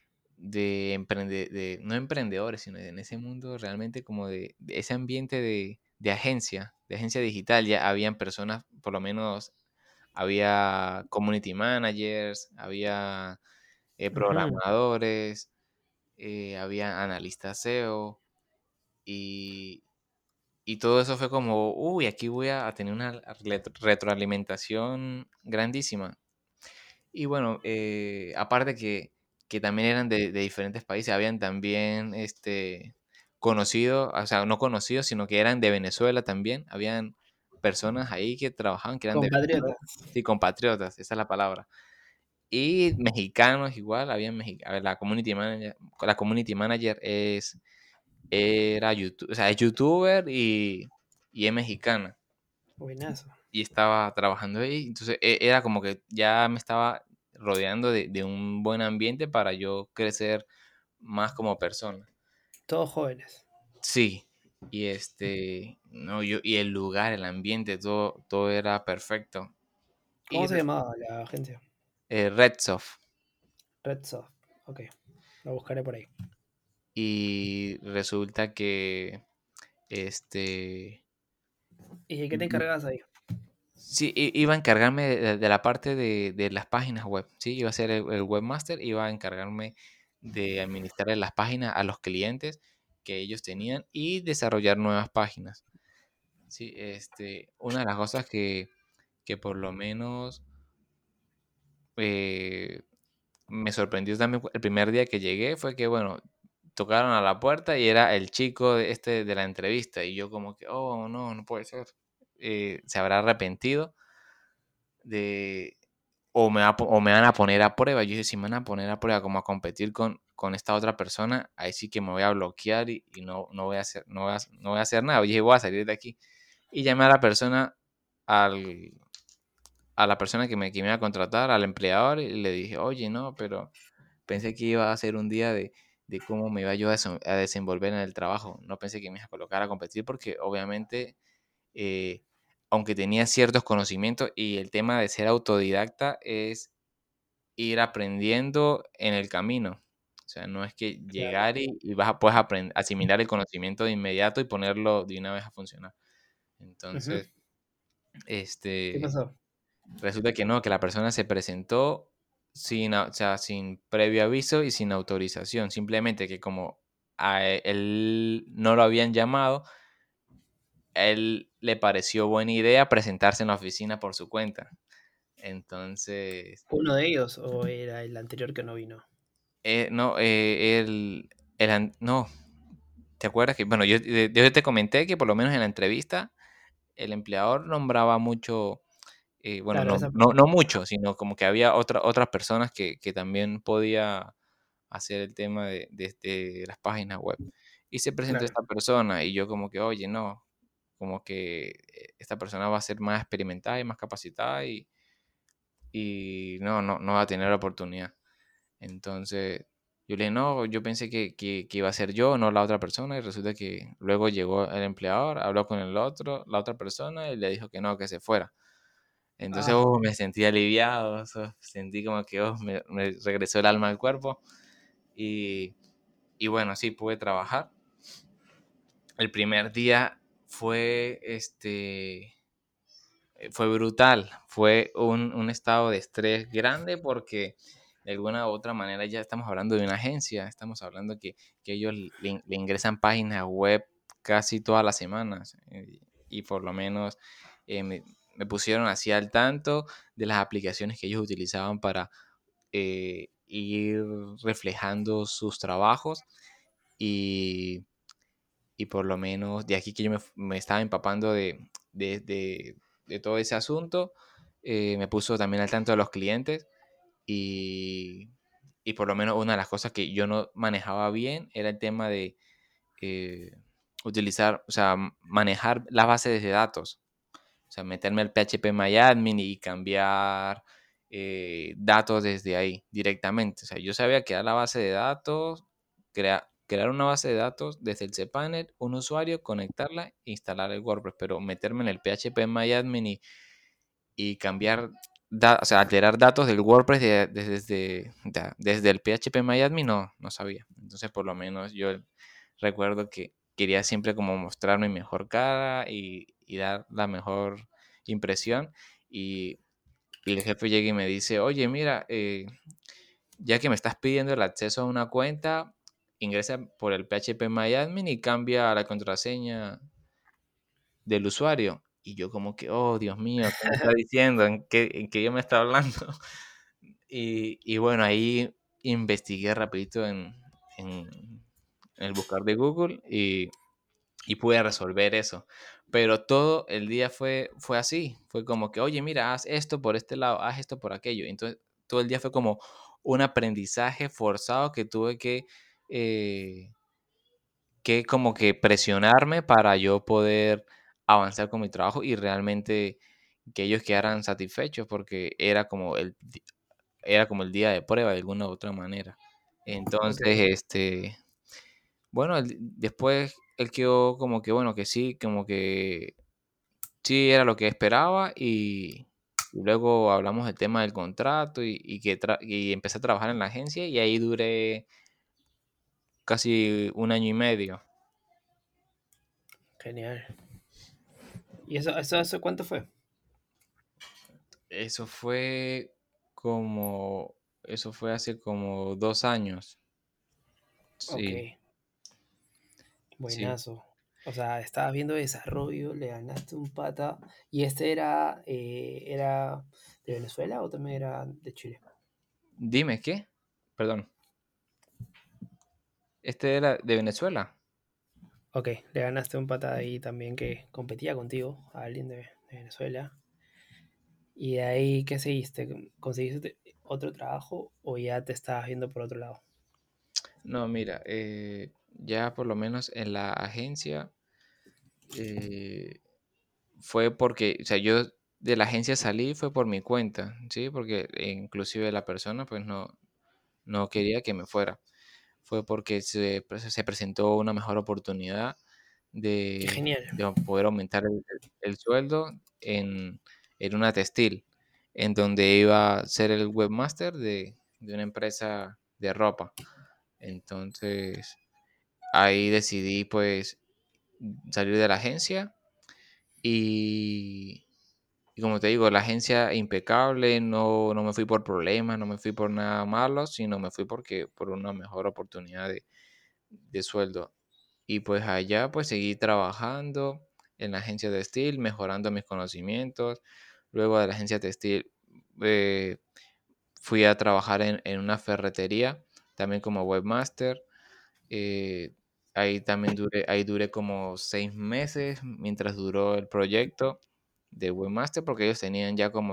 no emprendedores, sino en ese mundo realmente como de ese ambiente de agencia digital. Ya habían personas, por lo menos había community managers, había ujú, programadores, había analistas SEO y, y todo eso fue como, uy, aquí voy a tener una retroalimentación grandísima. Y bueno, aparte que también eran de diferentes países, habían también conocidos, o sea, no conocidos, sino que eran de Venezuela también. Habían personas ahí que trabajaban que eran de Venezuela. compatriotas. Sí, compatriotas, esa es la palabra. Y mexicanos igual, a ver, la community manager era YouTube, o sea, es youtuber y es mexicana Buenazo. y estaba trabajando ahí. Entonces era como que ya me estaba rodeando de un buen ambiente para yo crecer más como persona. Todos jóvenes. Sí, y no, y el lugar, el ambiente, todo era perfecto. Y ¿Cómo se llamaba la agencia? Redsoft, Redsoft. Ok, lo buscaré por ahí. y resulta que este ¿Y de qué te encargabas ahí? sí, iba a encargarme de la parte de las páginas web, ¿sí? Iba a ser el webmaster, iba a encargarme de administrar las páginas a los clientes que ellos tenían y desarrollar nuevas páginas, ¿sí? Una de las cosas que por lo menos eh, me sorprendió también el primer día que llegué fue que, bueno, tocaron a la puerta y era el chico de la entrevista. Y yo como que, oh, no, no puede ser. Se habrá arrepentido de... O me van a poner a prueba. Yo dije, si me van a poner a prueba como a competir con esta otra persona, ahí sí que me voy a bloquear y no voy a hacer, no voy a hacer nada. Yo dije, voy a salir de aquí. Y llamé a la persona, al, a la persona que me iba a contratar, al empleador, y le dije, oye, no, pero pensé que iba a ser un día de cómo me iba yo a desenvolver en el trabajo. No pensé que me iba a colocar a competir porque obviamente, eh, aunque tenía ciertos conocimientos y el tema de ser autodidacta es ir aprendiendo en el camino. O sea, no es que Claro. llegar y puedes asimilar el conocimiento de inmediato y ponerlo de una vez a funcionar. Ujú. Entonces, ¿Qué este, pasó? resulta que no, que la persona se presentó o sea, sin previo aviso y sin autorización. Simplemente que como a él no lo habían llamado, a él le pareció buena idea presentarse en la oficina por su cuenta. Entonces, ¿Uno de ellos o era el anterior que no vino? no, no, ¿te acuerdas que, bueno, yo te comenté que por lo menos en la entrevista el empleador nombraba mucho, bueno, Claro, no, esa no, no persona. mucho, sino como que había otras personas que también podía hacer el tema de las páginas web. Y se presentó Claro. esta persona y yo como que, oye, no, como que esta persona va a ser más experimentada y más capacitada y no va a tener oportunidad. Entonces, yo le dije, no, yo pensé que iba a ser yo, no la otra persona, y resulta que luego llegó el empleador, habló con la otra persona, y le dijo que no, que se fuera. Entonces, Ah, me sentí aliviado, sentí como que me regresó el alma al cuerpo, y, y bueno, sí, pude trabajar. El primer día fue, fue brutal, fue un estado de estrés grande porque de alguna u otra manera ya estamos hablando de una agencia, estamos hablando que ellos le ingresan páginas web casi todas las semanas y por lo menos me pusieron así al tanto de las aplicaciones que ellos utilizaban para ir reflejando sus trabajos y y por lo menos de aquí que yo me estaba empapando de, de- de todo ese asunto, me puso también al tanto de los clientes y, y por lo menos una de las cosas que yo no manejaba bien era el tema de eh, utilizar, o sea, manejar las bases de datos, o sea, meterme al PHP y cambiar datos desde ahí directamente. O sea, yo sabía crear la base de datos, crear una base de datos desde el cPanel, un usuario, conectarla e instalar el WordPress, pero meterme en el PHP y cambiar, o sea, alterar datos del WordPress desde el PHP no sabía. Entonces, por lo menos yo recuerdo que quería siempre como mostrar mi mejor cara y dar la mejor impresión. Y, y el jefe llega y me dice, oye, mira, ya que me estás pidiendo el acceso a una cuenta, ingresa por el PHP y cambia la contraseña del usuario. Y yo como que, oh, Dios mío, ¿qué me está diciendo? En qué idioma me está hablando? Y bueno, ahí investigué rapidito en el buscar de Google y pude resolver eso. Pero todo el día fue así. Fue como que, oye, mira, haz esto por este lado, haz esto por aquello. Entonces, todo el día fue como un aprendizaje forzado que tuve eh, que como que presionarme para yo poder avanzar con mi trabajo y realmente que ellos quedaran satisfechos porque era como el día de prueba de alguna u otra manera. ok. Entonces, bueno, después él quedó como que, bueno, que sí, como que sí era lo que esperaba y luego hablamos del tema del contrato y empecé a trabajar en la agencia y ahí duré casi un año y medio. Genial. ¿Y eso cuánto fue? Eso fue eso fue hace como 2 años. Ok, Sí, sí. buenazo. O sea, estabas viendo desarrollo, le ganaste un pata. ¿Y este era de Venezuela o también era de Chile? Dime, ¿qué? Perdón, este era de Venezuela. Ok, le ganaste un pata ahí también que competía contigo, a alguien de Venezuela. ¿Y de ahí qué seguiste? ¿Conseguiste otro trabajo o ya te estabas viendo por otro lado? No, mira, ya por lo menos en la agencia eh, fue porque, o sea, yo de la agencia salí fue por mi cuenta, ¿sí? Porque inclusive la persona pues no quería que me fuera. Fue porque se presentó una mejor oportunidad Qué de, genial. de poder aumentar el sueldo en una textil, en donde iba a ser el webmaster de una empresa de ropa. Entonces, ahí decidí pues salir de la agencia y, y como te digo, la agencia impecable, no me fui por problemas, no me fui por nada malo, sino me fui porque por una mejor oportunidad de sueldo. Y pues allá pues seguí trabajando en la agencia textil, mejorando mis conocimientos. Luego de la agencia textil eh, fui a trabajar en una ferretería, también como webmaster. eh, ahí duré como 6 meses mientras duró el proyecto de webmaster, porque ellos tenían ya como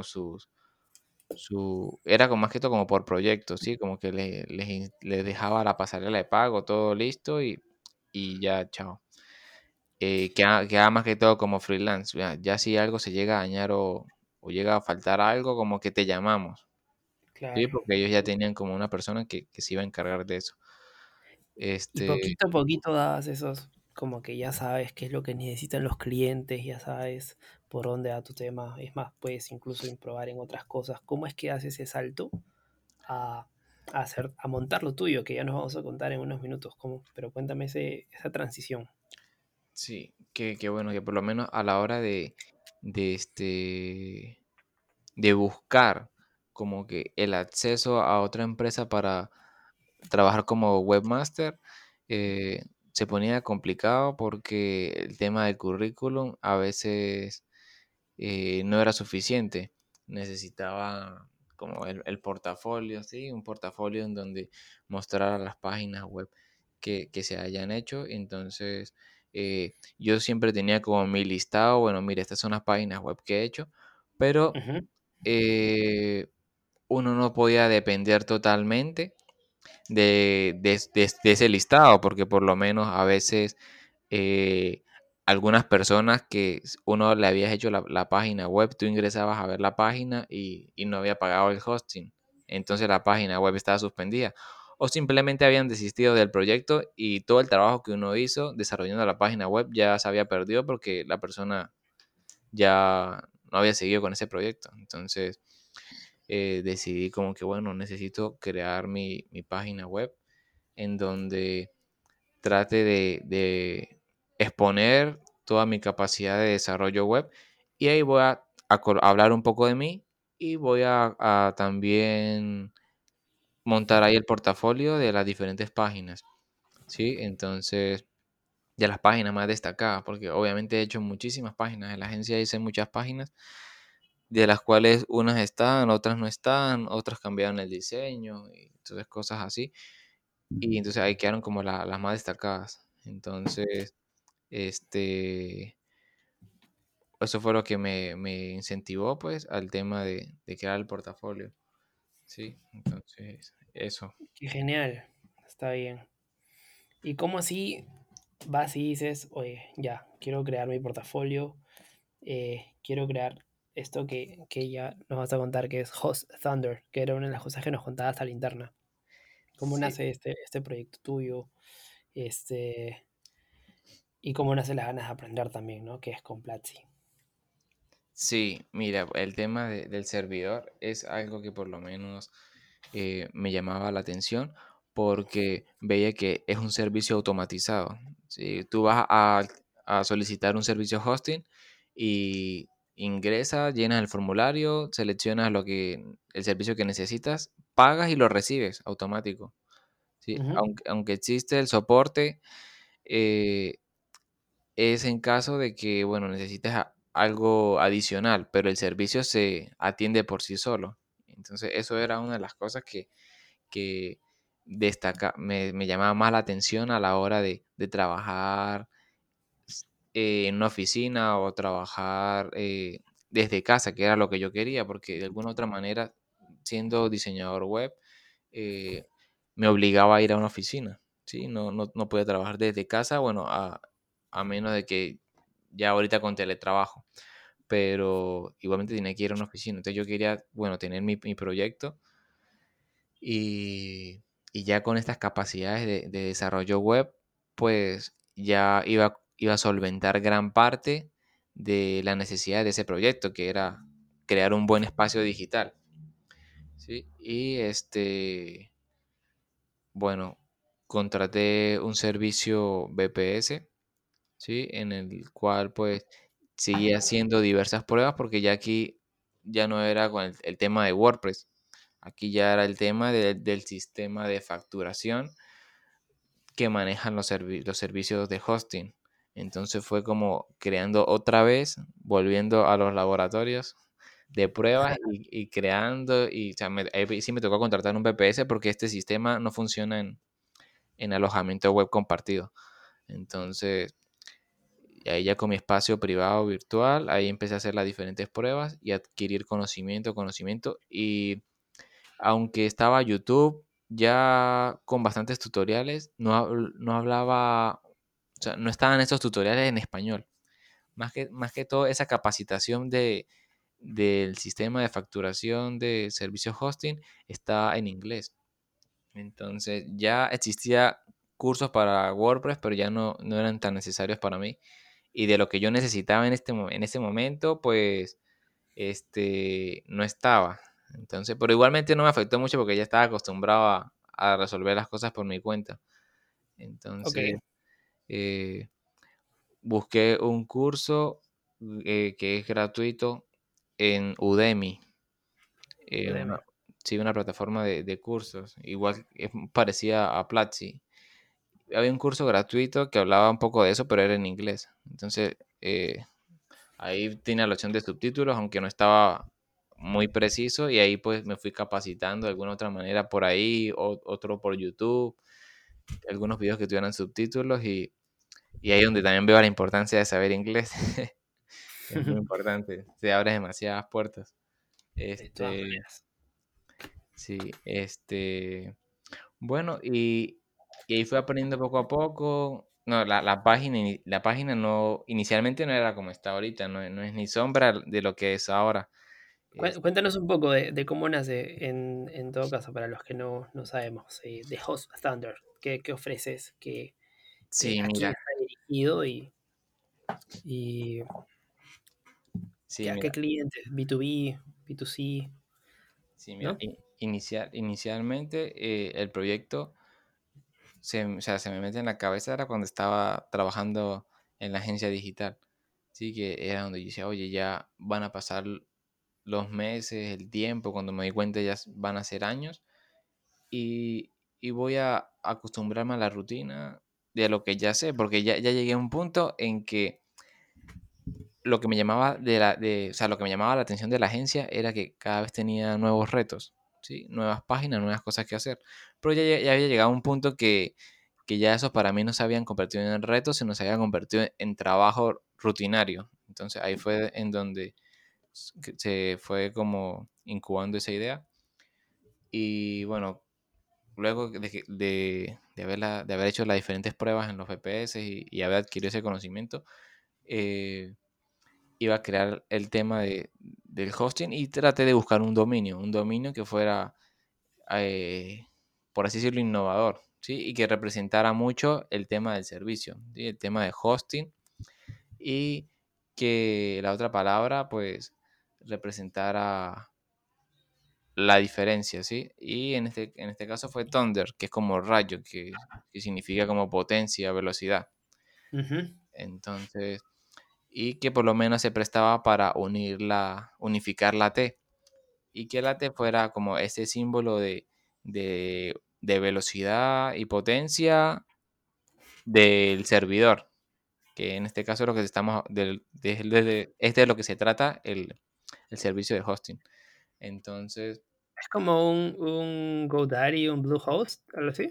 era como más que todo como por proyecto, ¿sí? Como que les dejaba la pasarela de pago, todo listo y ya, chao. Queda más que todo como freelance. Ya si algo se llega a dañar o llega a faltar algo, como que te llamamos, ¿sí? Claro. Porque ellos ya tenían como una persona que se iba a encargar de eso. Y Este, poquito a poquito das esos, como que ya sabes qué es lo que necesitan los clientes, ya sabes por dónde va tu tema. Es más, puedes incluso improbar en otras cosas. ¿Cómo es que haces ese salto a, a montar lo tuyo? Que ya nos vamos a contar en unos minutos. ¿Cómo? Pero cuéntame esa transición. sí, que bueno, que por lo menos a la hora de este, de buscar como que el acceso a otra empresa para trabajar como webmaster, eh, se ponía complicado porque el tema del currículum a veces no era suficiente. Necesitaba como el portafolio, ¿sí? Un portafolio en donde mostrar las páginas web que se hayan hecho. Entonces, yo siempre tenía como mi listado, bueno, mira, estas son las páginas web que he hecho, pero Ujú. eh, uno no podía depender totalmente de ese listado, porque por lo menos a veces eh, algunas personas que uno le habías hecho la página web, tú ingresabas a ver la página y no había pagado el hosting, entonces la página web estaba suspendida. O simplemente habían desistido del proyecto y todo el trabajo que uno hizo desarrollando la página web ya se había perdido porque la persona ya no había seguido con ese proyecto. Entonces decidí como que, bueno, necesito crear mi página web en donde trate de exponer toda mi capacidad de desarrollo web y ahí voy a hablar un poco de mí y voy a también montar ahí el portafolio de las diferentes páginas, ¿sí? Entonces, de las páginas más destacadas, porque obviamente he hecho muchísimas páginas, en la agencia hice muchas páginas, de las cuales unas están, otras no están, otras cambiaron el diseño y entonces cosas así. Y entonces ahí quedaron como las más destacadas. Entonces, este, eso fue lo que me incentivó pues al tema de crear el portafolio. Sí, entonces, eso. Qué genial. Está bien. ¿Y cómo así vas y dices, oye, ya, quiero crear mi portafolio, quiero crear esto que ya nos vas a contar que es Host Thunder, que era una de las cosas que nos contabas a la interna? ¿Cómo Sí, nace este proyecto tuyo? Este, y cómo nace las ganas de aprender también, ¿no? Que es con Platzi. sí, mira, el tema del servidor es algo que por lo menos me llamaba la atención porque veía que es un servicio automatizado. Si tú vas a solicitar un servicio hosting y ingresas, llenas el formulario, seleccionas el servicio que necesitas, pagas y lo recibes automático. ¿Sí? Ujú, Aunque existe el soporte, eh, es en caso de que, bueno, necesites algo adicional, pero el servicio se atiende por sí solo. Entonces, eso era una de las cosas que me llamaba más la atención a la hora de trabajar en una oficina o trabajar desde casa, que era lo que yo quería, porque de alguna otra manera, siendo diseñador web, eh, me obligaba a ir a una oficina, ¿sí? No podía trabajar desde casa, bueno, a menos de que ya ahorita con teletrabajo, pero igualmente tenía que ir a una oficina. Entonces yo quería, bueno, tener mi proyecto y, y ya con estas capacidades de desarrollo web, pues ya iba a solventar gran parte de la necesidad de ese proyecto, que era crear un buen espacio digital, ¿sí? Y bueno, contraté un servicio VPS, ¿sí? En el cual pues seguía haciendo diversas pruebas porque ya aquí ya no era con el tema de WordPress, aquí ya era el tema del sistema de facturación que manejan los servicios de hosting. Entonces fue como creando otra vez, volviendo a los laboratorios de pruebas y creando, y o sea, ahí sí me tocó contratar un VPS porque este sistema no funciona en alojamiento web compartido. Entonces, ahí ya con mi espacio privado virtual, ahí empecé a hacer las diferentes pruebas y adquirir conocimiento. Y aunque estaba YouTube ya con bastantes tutoriales, no hablaba, o sea, no estaban esos tutoriales en español. Más que todo esa capacitación del sistema de facturación de servicios hosting está en inglés. Entonces ya existía cursos para WordPress, pero ya no eran tan necesarios para mí. Y de lo que yo necesitaba en ese momento, pues no estaba. Entonces, pero igualmente no me afectó mucho porque ya estaba acostumbrado a resolver las cosas por mi cuenta. Ok, Entonces, eh, busqué un curso que es gratuito en Udemy, Udemy. sí, una plataforma de cursos, igual es parecida a Platzi. Había un curso gratuito que hablaba un poco de eso, pero era en inglés. Entonces, ahí tenía la opción de subtítulos, aunque no estaba muy preciso, y ahí pues me fui capacitando de alguna otra manera por ahí, otro por YouTube, algunos videos que tuvieran subtítulos, y ahí donde también veo la importancia de saber inglés. Es muy importante, te abre demasiadas puertas. De todas Este, maneras. sí, bueno, y ahí fui aprendiendo poco a poco. No, la página no, inicialmente no era como está ahorita, no es ni sombra de lo que es ahora. Es- Cuéntanos un poco de cómo nace, en todo caso, para los que no sabemos, de Host Standard. ¿Qué ofreces? sí, ¿A quién mira, está dirigido y sí, a qué mira, clientes? ¿B2B, B2C? sí, mira. ¿No? Inicialmente el proyecto o sea, se me mete en la cabeza era cuando estaba trabajando en la agencia digital. Sí, que era donde yo decía, oye, ya van a pasar los meses, el tiempo, cuando me di cuenta ya van a ser años y, y voy a acostumbrarme a la rutina de lo que ya sé, porque ya llegué a un punto en que lo que me llamaba o sea, lo que me llamaba la atención de la agencia era que cada vez tenía nuevos retos, ¿sí? Nuevas páginas, nuevas cosas que hacer. Pero ya había llegado a un punto que ya esos para mí no se habían convertido en retos, sino se habían convertido en trabajo rutinario. Entonces ahí fue en donde que se fue como incubando esa idea. Y bueno, luego de haber hecho las diferentes pruebas en los VPS y haber adquirido ese conocimiento, eh, iba a crear el tema del hosting y traté de buscar un dominio que fuera, eh, por así decirlo, innovador, ¿sí? Y que representara mucho el tema del servicio, ¿sí? El tema de hosting y que la otra palabra, pues, representara la diferencia, ¿sí? Y en este caso fue Thunder, que es como rayo, que significa como potencia, velocidad. Ujú. Entonces, y que por lo menos se prestaba para unificar la T y que la T fuera como ese símbolo de velocidad y potencia del servidor, que en este caso es lo que estamos, es de lo que se trata el servicio de hosting. Entonces, Es como un GoDaddy, un Bluehost, algo así.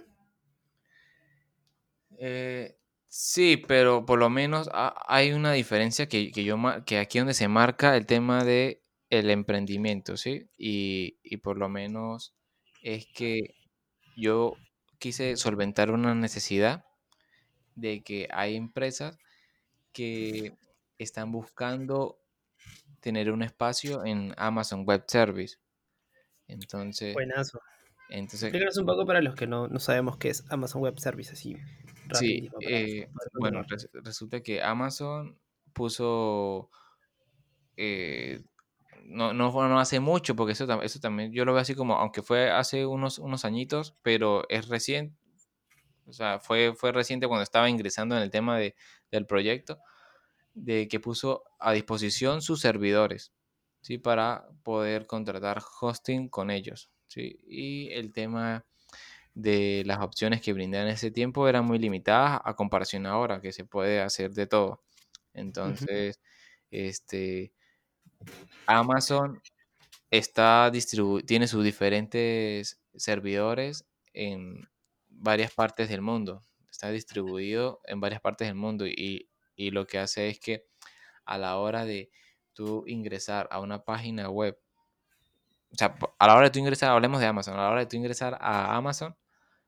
Sí, pero por lo menos hay una diferencia que aquí donde se marca el tema de el emprendimiento, ¿sí? Y por lo menos es que yo quise solventar una necesidad de que hay empresas que están buscando tener un espacio en Amazon Web Service. Entonces, Buenazo. entonces Explícanos un poco para los que no sabemos qué es Amazon Web Service, así sí, rapidísimo para poder bueno, continuar. resulta que Amazon puso eh, no hace mucho, porque eso también yo lo veo así como, aunque fue hace unos añitos, pero es reciente, o sea, fue reciente cuando estaba ingresando en el tema del proyecto, de que puso a disposición sus servidores, ¿sí? Para poder contratar hosting con ellos, ¿sí? Y el tema de las opciones que brindan en ese tiempo eran muy limitadas a comparación ahora, que se puede hacer de todo. Ujú, Entonces, este, Amazon tiene sus diferentes servidores en varias partes del mundo. Está distribuido en varias partes del mundo y lo que hace es que a la hora de tú ingresar a una página web, o sea, a la hora de tú ingresar, hablemos de Amazon, a la hora de tú ingresar a Amazon,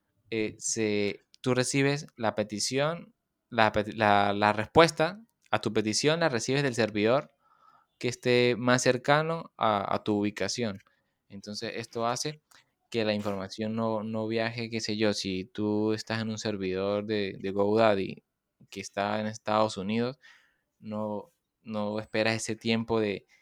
tú recibes la petición, la respuesta a tu petición la recibes del servidor que esté más cercano a tu ubicación. Entonces, esto hace que la información no viaje, qué sé yo, si tú estás en un servidor de GoDaddy que está en Estados Unidos, no, no esperas ese tiempo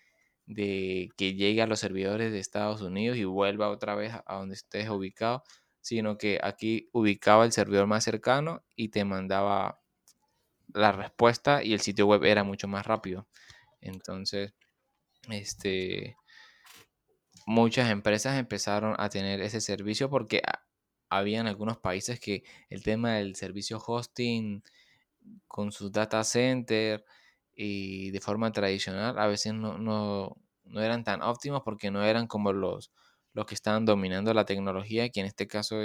de que llegue a los servidores de Estados Unidos y vuelva otra vez a donde estés ubicado, sino que aquí ubicaba el servidor más cercano y te mandaba la respuesta y el sitio web era mucho más rápido. Entonces, este, muchas empresas empezaron a tener ese servicio porque habían algunos países que el tema del servicio hosting con sus data center y de forma tradicional a veces no eran tan óptimos porque no eran como los que estaban dominando la tecnología, que en este caso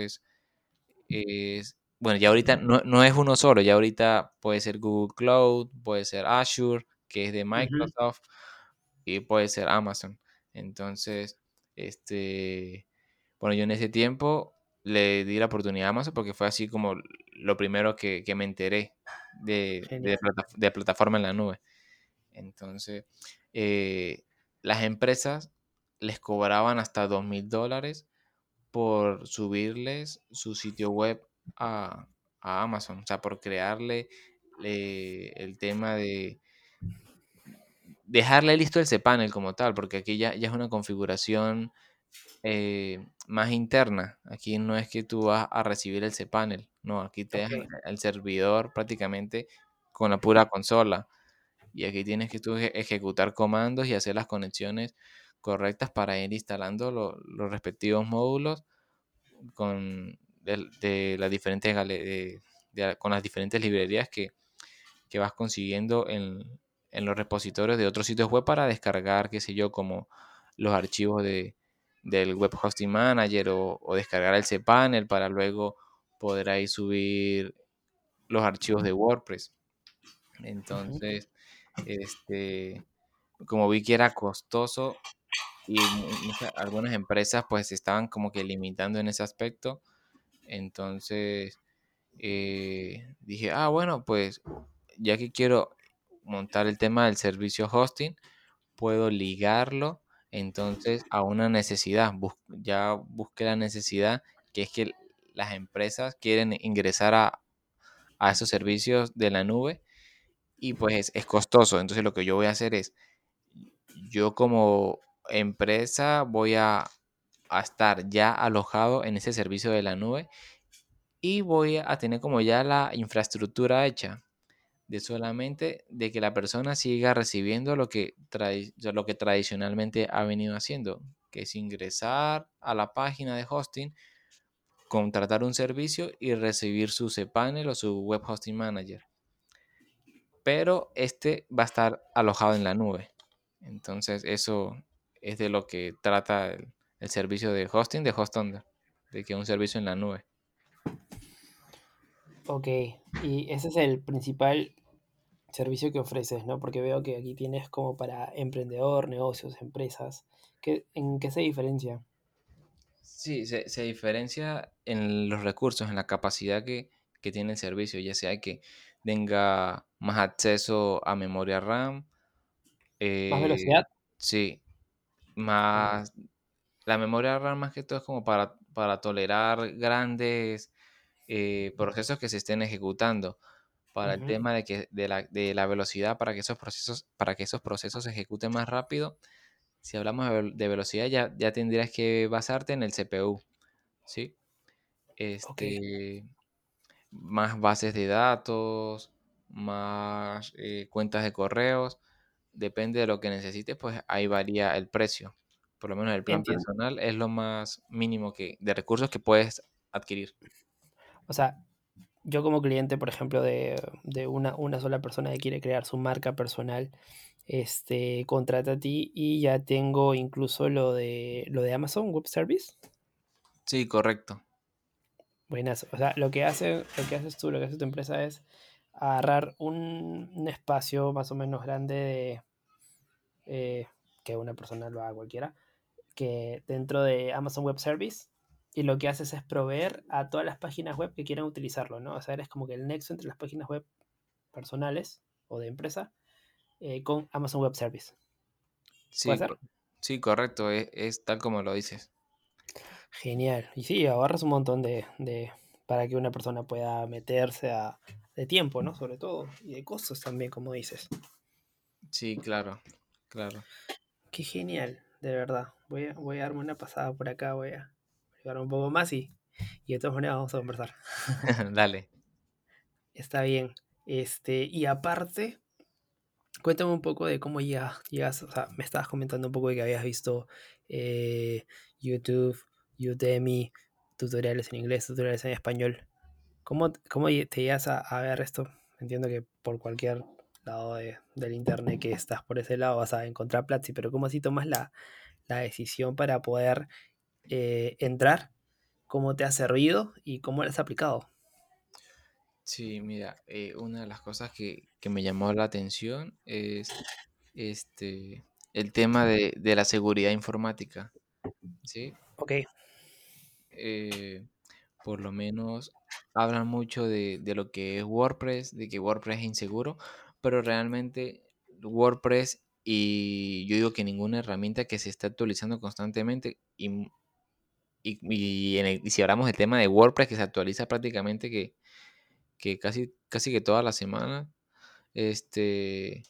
bueno, ya ahorita no es uno solo, ya ahorita puede ser Google Cloud, puede ser Azure, que es de ujú. Microsoft, y puede ser Amazon. Entonces, este, bueno, yo en ese tiempo le di la oportunidad a Amazon porque fue así como lo primero que me enteré Genial. de plataforma en la nube. Entonces, eh, las empresas les cobraban hasta $2,000 por subirles su sitio web a Amazon, o sea, por crearle el tema de dejarle listo el cPanel como tal, porque aquí ya es una configuración más interna. Aquí no es que tú vas a recibir el cPanel, no, aquí te Ok. dejan el servidor prácticamente con la pura consola. Y aquí tienes que tú ejecutar comandos y hacer las conexiones correctas para ir instalando los respectivos módulos con de las diferentes con las diferentes librerías que vas consiguiendo en los repositorios de otros sitios web para descargar, qué sé yo, como los archivos del Web Hosting Manager o descargar el cPanel para luego poder ahí subir los archivos de WordPress. Ujú, Entonces, como vi que era costoso y algunas empresas pues se estaban como que limitando en ese aspecto, entonces dije, bueno, pues ya que quiero montar el tema del servicio hosting, puedo ligarlo entonces a una necesidad. Ya busqué la necesidad, que es que las empresas quieren ingresar a esos servicios de la nube y pues es costoso. Entonces lo que yo voy a hacer es, yo como empresa voy a estar ya alojado en ese servicio de la nube y voy a tener como ya la infraestructura hecha de solamente de que la persona siga recibiendo lo que tradicionalmente ha venido haciendo, que es ingresar a la página de hosting, contratar un servicio y recibir su cPanel o su Web Hosting Manager. Pero este va a estar alojado en la nube. Entonces eso es de lo que trata el servicio de hosting de Hostunder, de que es un servicio en la nube. Ok, y ese es el principal servicio que ofreces, ¿no? Porque veo que aquí tienes como para emprendedor, negocios, empresas. ¿En qué se diferencia? Sí, se diferencia en los recursos, en la capacidad que tiene el servicio, ya sea que tenga más acceso a memoria RAM, ¿Más eh, velocidad? sí, Genial. más, la memoria RAM más que todo es como para tolerar grandes procesos que se estén ejecutando, para el Ujú. tema de la velocidad, para que esos procesos se ejecuten más rápido. Si hablamos de velocidad, ya tendrías que basarte en el CPU, ¿sí? Ok, Este, más bases de datos, más cuentas de correos, depende de lo que necesites, pues ahí varía el precio. Por lo menos el plan entiendo. personal es lo más mínimo de recursos que puedes adquirir. O sea, yo como cliente, por ejemplo, de una sola persona que quiere crear su marca personal, contrata a ti y ya tengo incluso lo de Amazon Web Service. Sí, correcto. Buenas. O sea, lo que haces tú, lo que hace tu empresa es agarrar un espacio más o menos grande eh, que una persona lo haga cualquiera, que dentro de Amazon Web Service, y lo que haces es proveer a todas las páginas web que quieran utilizarlo, ¿no? O sea, eres como que el nexo entre las páginas web personales o de empresa con Amazon Web Service. ¿Puede Sí, ser? sí, correcto. Es tal como lo dices. Genial. Y sí, ahorras un montón para que una persona pueda meterse de tiempo, ¿no? Sobre todo. Y de costos también, como dices. Sí, claro, claro. Qué genial, de verdad. Voy a darme una pasada por acá, voy a llegar un poco más y de todas maneras vamos a conversar. Dale. Está bien. Y aparte, cuéntame un poco de cómo llegas, o sea, me estabas comentando un poco de que habías visto eh, YouTube, Udemy, tutoriales en inglés, tutoriales en español. ¿Cómo te llegas a ver esto? Entiendo que por cualquier lado del internet que estás por ese lado vas a encontrar Platzi, pero ¿cómo así tomas la decisión para poder entrar? ¿Cómo te ha servido y cómo lo has aplicado? Sí, mira, una de las cosas que me llamó la atención es este, el tema de la seguridad informática, ¿sí? Ok, Eh, por lo menos hablan mucho de lo que es WordPress, de que WordPress es inseguro, pero realmente WordPress y yo digo que ninguna herramienta que se está actualizando constantemente y si hablamos del tema de WordPress que se actualiza prácticamente que casi que toda la semana, este,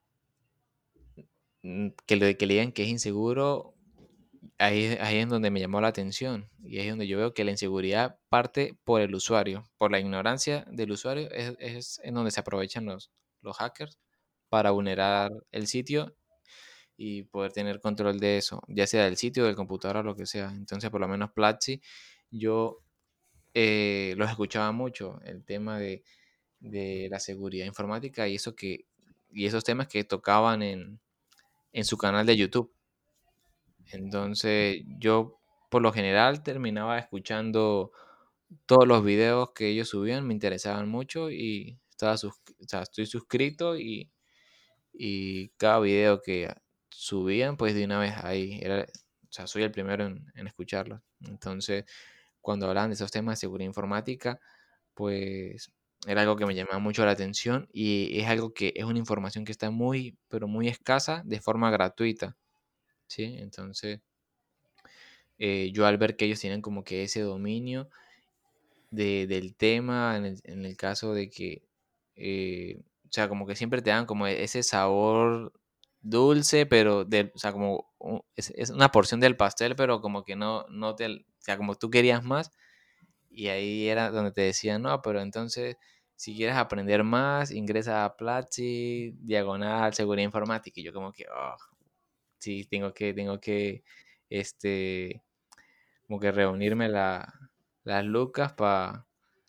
que le digan que es inseguro, ahí es donde me llamó la atención y ahí es donde yo veo que la inseguridad parte por el usuario, por la ignorancia del usuario, es en donde se aprovechan los hackers para vulnerar el sitio y poder tener control de eso, ya sea del sitio, del computador o lo que sea. Entonces, por lo menos Platzi, yo los escuchaba mucho, el tema de la seguridad informática y esos temas que tocaban en su canal de YouTube. Entonces yo por lo general terminaba escuchando todos los videos que ellos subían, me interesaban mucho y o sea, estoy suscrito y cada video que subían, pues de una vez ahí era, o sea, soy el primero en escucharlos. Entonces, cuando hablaban de esos temas de seguridad informática, pues era algo que me llamaba mucho la atención y es algo que es una información que está muy, pero muy escasa de forma gratuita, ¿sí? Entonces, yo al ver que ellos tienen como que ese dominio del tema, en el caso de que, o sea, como que siempre te dan como ese sabor dulce, pero, o sea, como es una porción del pastel, pero como que o sea, como tú querías más, y ahí era donde te decían, no, pero entonces, si quieres aprender más, ingresa a Platzi, diagonal, seguridad informática, y yo como que, oh, sí, tengo que, este como que reunirme las lucas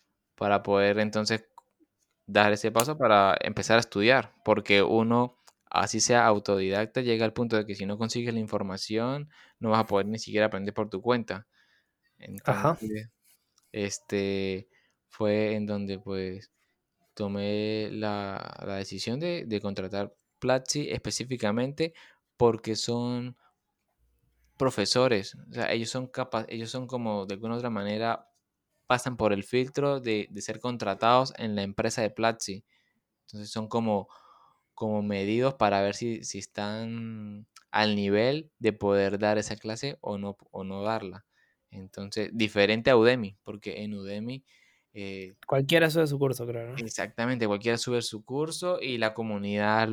para poder entonces dar ese paso para empezar a estudiar, porque uno así sea autodidacta, llega al punto de que si no consigues la información, no vas a poder ni siquiera aprender por tu cuenta. Ajá. Entonces, este fue en donde pues tomé la decisión de contratar Platzi específicamente porque son profesores, o sea, ellos son como de alguna otra manera pasan por el filtro de ser contratados en la empresa de Platzi. Entonces son como medidos para ver si están al nivel de poder dar esa clase o no darla. Entonces, diferente a Udemy, porque en Udemy, Cualquiera sube su curso, creo, ¿no? exactamente, cualquiera sube su curso y la comunidad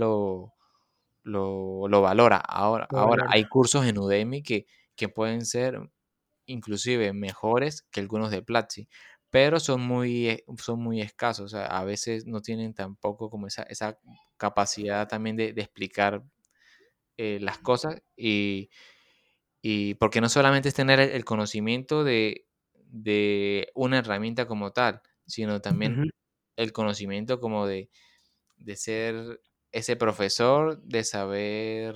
lo valora. Lo Ahora, hay valora. cursos en Udemy que pueden ser inclusive mejores que algunos de Platzi, pero son muy escasos, o sea, a veces no tienen tampoco como esa capacidad también de explicar las cosas y porque no solamente es tener el conocimiento de una herramienta como tal, sino también Ujú. el conocimiento como de ser ese profesor, de saber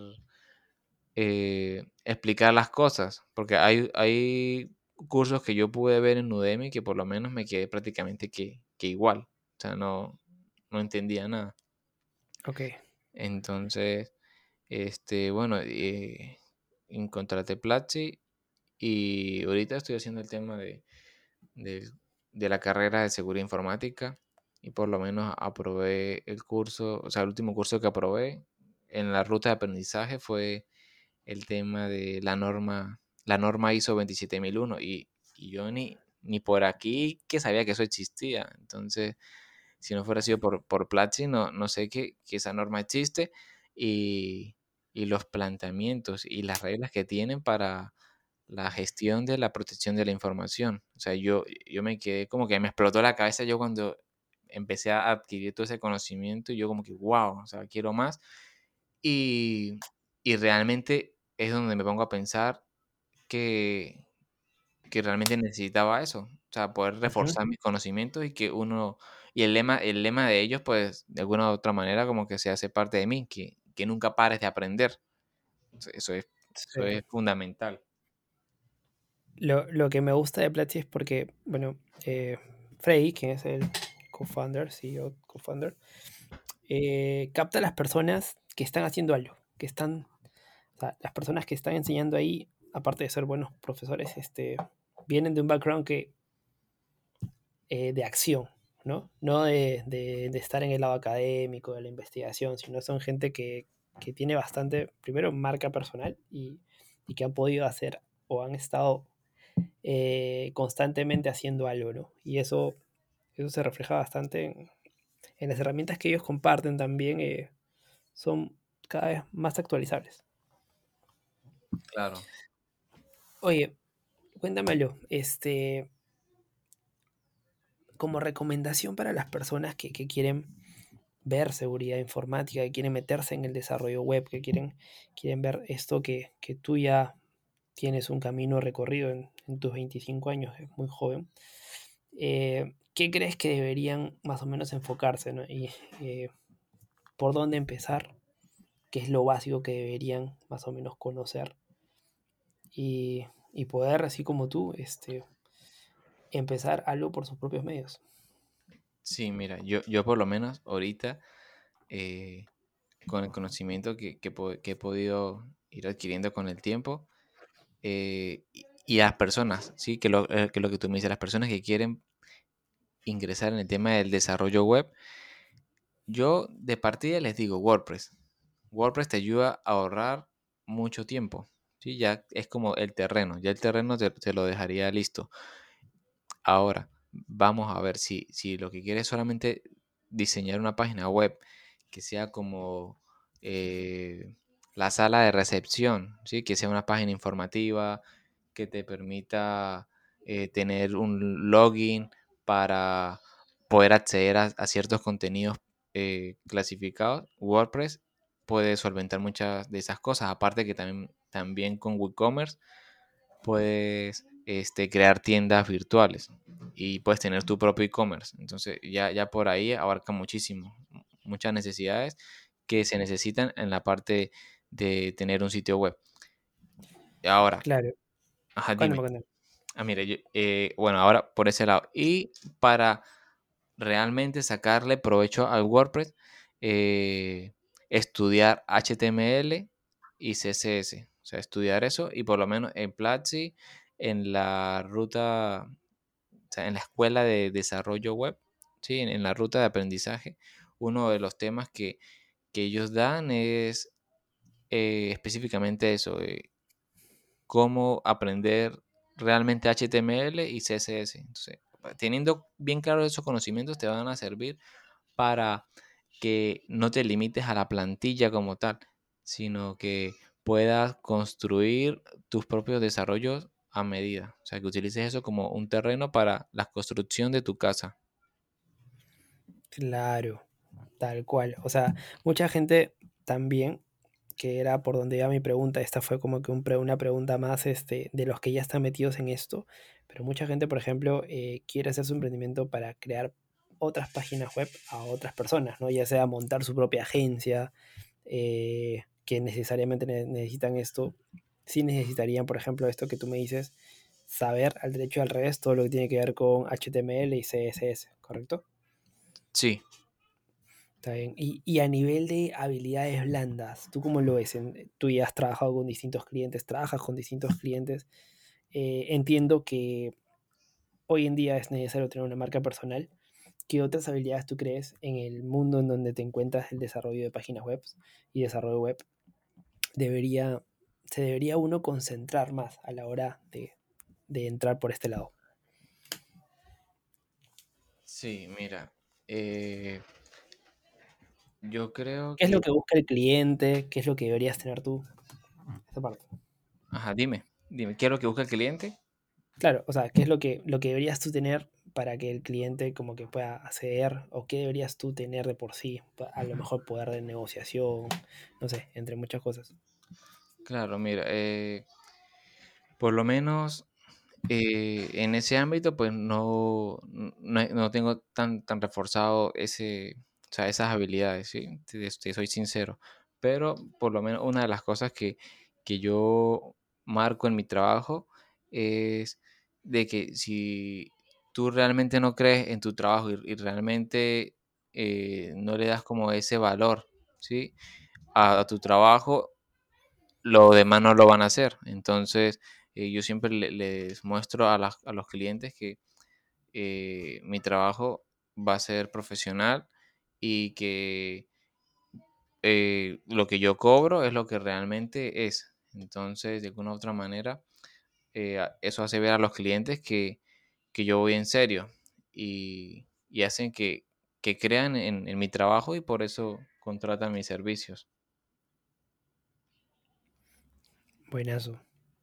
explicar las cosas, porque hay cursos que yo pude ver en Udemy que por lo menos me quedé prácticamente que igual, o sea, no entendía nada. Ok. Entonces, bueno, contraté Platzi y ahorita estoy haciendo el tema de, de la carrera de seguridad informática y por lo menos aprobé el curso, o sea, el último curso que aprobé en la ruta de aprendizaje fue el tema de la norma ISO 27001 y yo ni por aquí que sabía que eso existía. Entonces, si no fuera sido por Platzi, no sé que esa norma existe y, y los planteamientos y las reglas que tienen para la gestión de la protección de la información. O sea, yo me quedé como que me explotó la cabeza yo cuando empecé a adquirir todo ese conocimiento y yo como que, wow, o sea, quiero más. Y, y realmente es donde me pongo a pensar que, que realmente necesitaba eso. O sea, poder Ujú. reforzar mis conocimientos y que uno, y el lema de ellos, pues, de alguna u otra manera, como que se hace parte de mí, que nunca pares de aprender. Sí. Eso es fundamental. Lo que me gusta de Platzi es porque, bueno, Frey, que es el co-founder, CEO, co-founder, capta a las personas que están haciendo algo, que están, o sea, las personas que están enseñando ahí, aparte de ser buenos profesores, vienen de un background de acción, ¿no? No de estar en el lado académico, de la investigación, sino son gente que tiene bastante, primero, marca personal y que han podido hacer o han estado constantemente haciendo algo, ¿no? Y eso se refleja bastante en las herramientas que ellos comparten también, son cada vez más actualizables. Claro. Oye, cuéntamelo, como recomendación para las personas que quieren ver seguridad informática, que quieren meterse en el desarrollo web, quieren ver esto que tú ya tienes un camino recorrido en tus 25 años, es muy joven. ¿Qué crees que deberían más o menos enfocarse, ¿no? Y por dónde empezar, qué es lo básico que deberían más o menos conocer y poder, así como tú, empezar algo por sus propios medios. Sí, mira, yo por lo menos ahorita, eh, con el conocimiento que he podido ir adquiriendo con el tiempo, y las personas, sí, que lo que tú me dices, las personas que quieren ingresar en el tema del desarrollo web, yo de partida les digo WordPress. WordPress te ayuda a ahorrar mucho tiempo, ¿sí? Ya es como el terreno, ya el terreno te lo dejaría listo. Ahora, vamos a ver si lo que quieres es solamente diseñar una página web que sea como la sala de recepción, ¿sí? Que sea una página informativa, que te permita tener un login para poder acceder a ciertos contenidos clasificados. WordPress puede solventar muchas de esas cosas, aparte que también con WooCommerce puedes crear tiendas virtuales y puedes tener tu propio e-commerce. Entonces ya por ahí abarca muchísimo, muchas necesidades que se necesitan en la parte de tener un sitio web. Ahora, Claro, ajá, cuéntame, dime. cuéntame. Mire, bueno, ahora por ese lado. Y para realmente sacarle provecho al WordPress, estudiar HTML y CSS. O sea, estudiar eso y por lo menos en Platzi, en la ruta, o sea, en la escuela de desarrollo web, ¿sí? En la ruta de aprendizaje, uno de los temas que ellos dan es específicamente eso, cómo aprender realmente HTML y CSS. Entonces, teniendo bien claros esos conocimientos te van a servir para que no te limites a la plantilla como tal, sino que puedas construir tus propios desarrollos a medida. O sea, que utilices eso como un terreno para la construcción de tu casa. Claro, tal cual. O sea, mucha gente también, que era por donde iba mi pregunta, esta fue como que una pregunta más de los que ya están metidos en esto, pero mucha gente, por ejemplo, quiere hacer su emprendimiento para crear otras páginas web a otras personas, ¿no? Ya sea montar su propia agencia, que necesariamente necesitan esto, sí necesitarían, por ejemplo, esto que tú me dices, saber al derecho y al revés todo lo que tiene que ver con HTML y CSS, ¿correcto? Sí, Está bien. Y a nivel de habilidades blandas, ¿tú cómo lo ves? Tú ya has trabajado con distintos clientes, trabajas con distintos clientes. Entiendo que hoy en día es necesario tener una marca personal. ¿Qué otras habilidades tú crees en el mundo en donde te encuentras el desarrollo de páginas web y desarrollo web debería, se debería uno concentrar más a la hora de entrar por este lado? sí, mira, eh, yo creo ¿Qué es lo que, que busca el cliente? ¿Qué es lo que deberías tener tú? Esa parte. ajá, dime, ¿qué es lo que busca el cliente? Claro, o sea, ¿qué es lo que deberías tú tener para que el cliente como que pueda acceder? ¿O qué deberías tú tener de por sí? A lo mejor poder de negociación, no sé, entre muchas cosas. Claro, mira, por lo menos en ese ámbito, pues no tengo tan reforzado o sea, esas habilidades, ¿sí? Te soy sincero. Pero por lo menos una de las cosas que yo marco en mi trabajo es de que si tú realmente no crees en tu trabajo y realmente no le das como ese valor, ¿sí? A tu trabajo, lo demás no lo van a hacer. Entonces, yo siempre les muestro a los clientes que mi trabajo va a ser profesional y que lo que yo cobro es lo que realmente es. Entonces, de alguna u otra manera, eso hace ver a los clientes que yo voy en serio y hacen que crean en mi trabajo y por eso contratan mis servicios. Buenazo.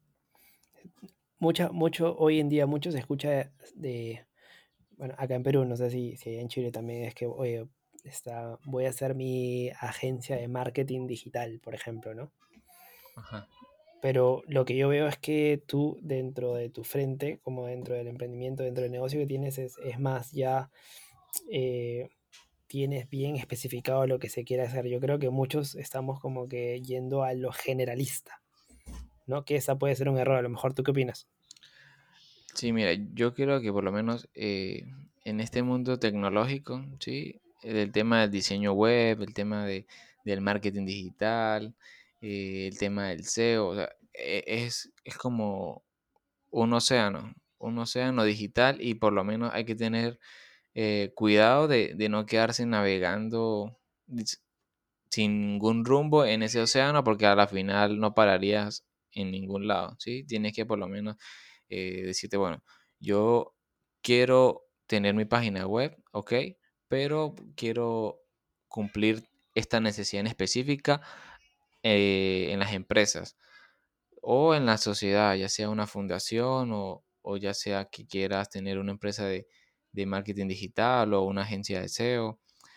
Hoy en día mucho se escucha bueno, acá en Perú, no sé si allá en Chile también es que, oye, voy a hacer mi agencia de marketing digital, por ejemplo, ¿no? Ajá. Pero lo que yo veo es que tú dentro de tu frente, como dentro del emprendimiento, dentro del negocio que tienes, es más ya eh, tienes bien especificado lo que se quiere hacer. Yo creo que muchos estamos como que yendo a lo generalista, ¿no? Que esa puede ser un error. A lo mejor, ¿tú qué opinas? Sí, mira, yo creo que por lo menos en este mundo tecnológico, ¿sí? El tema del diseño web, el tema del marketing digital, el tema del SEO, o sea, es como un océano digital y por lo menos hay que tener cuidado de no quedarse navegando sin ningún rumbo en ese océano porque a la final no pararías en ningún lado, ¿sí? Tienes que por lo menos decirte, bueno, yo quiero tener mi página web, ¿ok? Pero quiero cumplir esta necesidad en específica en las empresas o en la sociedad, ya sea una fundación o ya sea que quieras tener una empresa de marketing digital o una agencia de SEO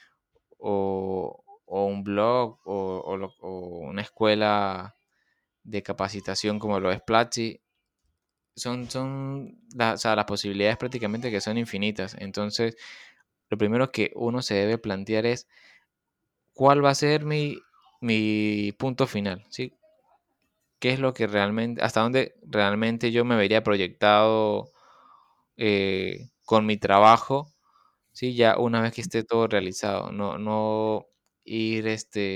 o un blog o una escuela de capacitación como lo es Platzi, o sea, las posibilidades prácticamente que son infinitas. Entonces, lo primero que uno se debe plantear es cuál va a ser mi punto final, ¿sí? ¿Qué es lo que realmente, hasta dónde realmente yo me vería proyectado con mi trabajo, ¿sí? Ya una vez que esté todo realizado, no ir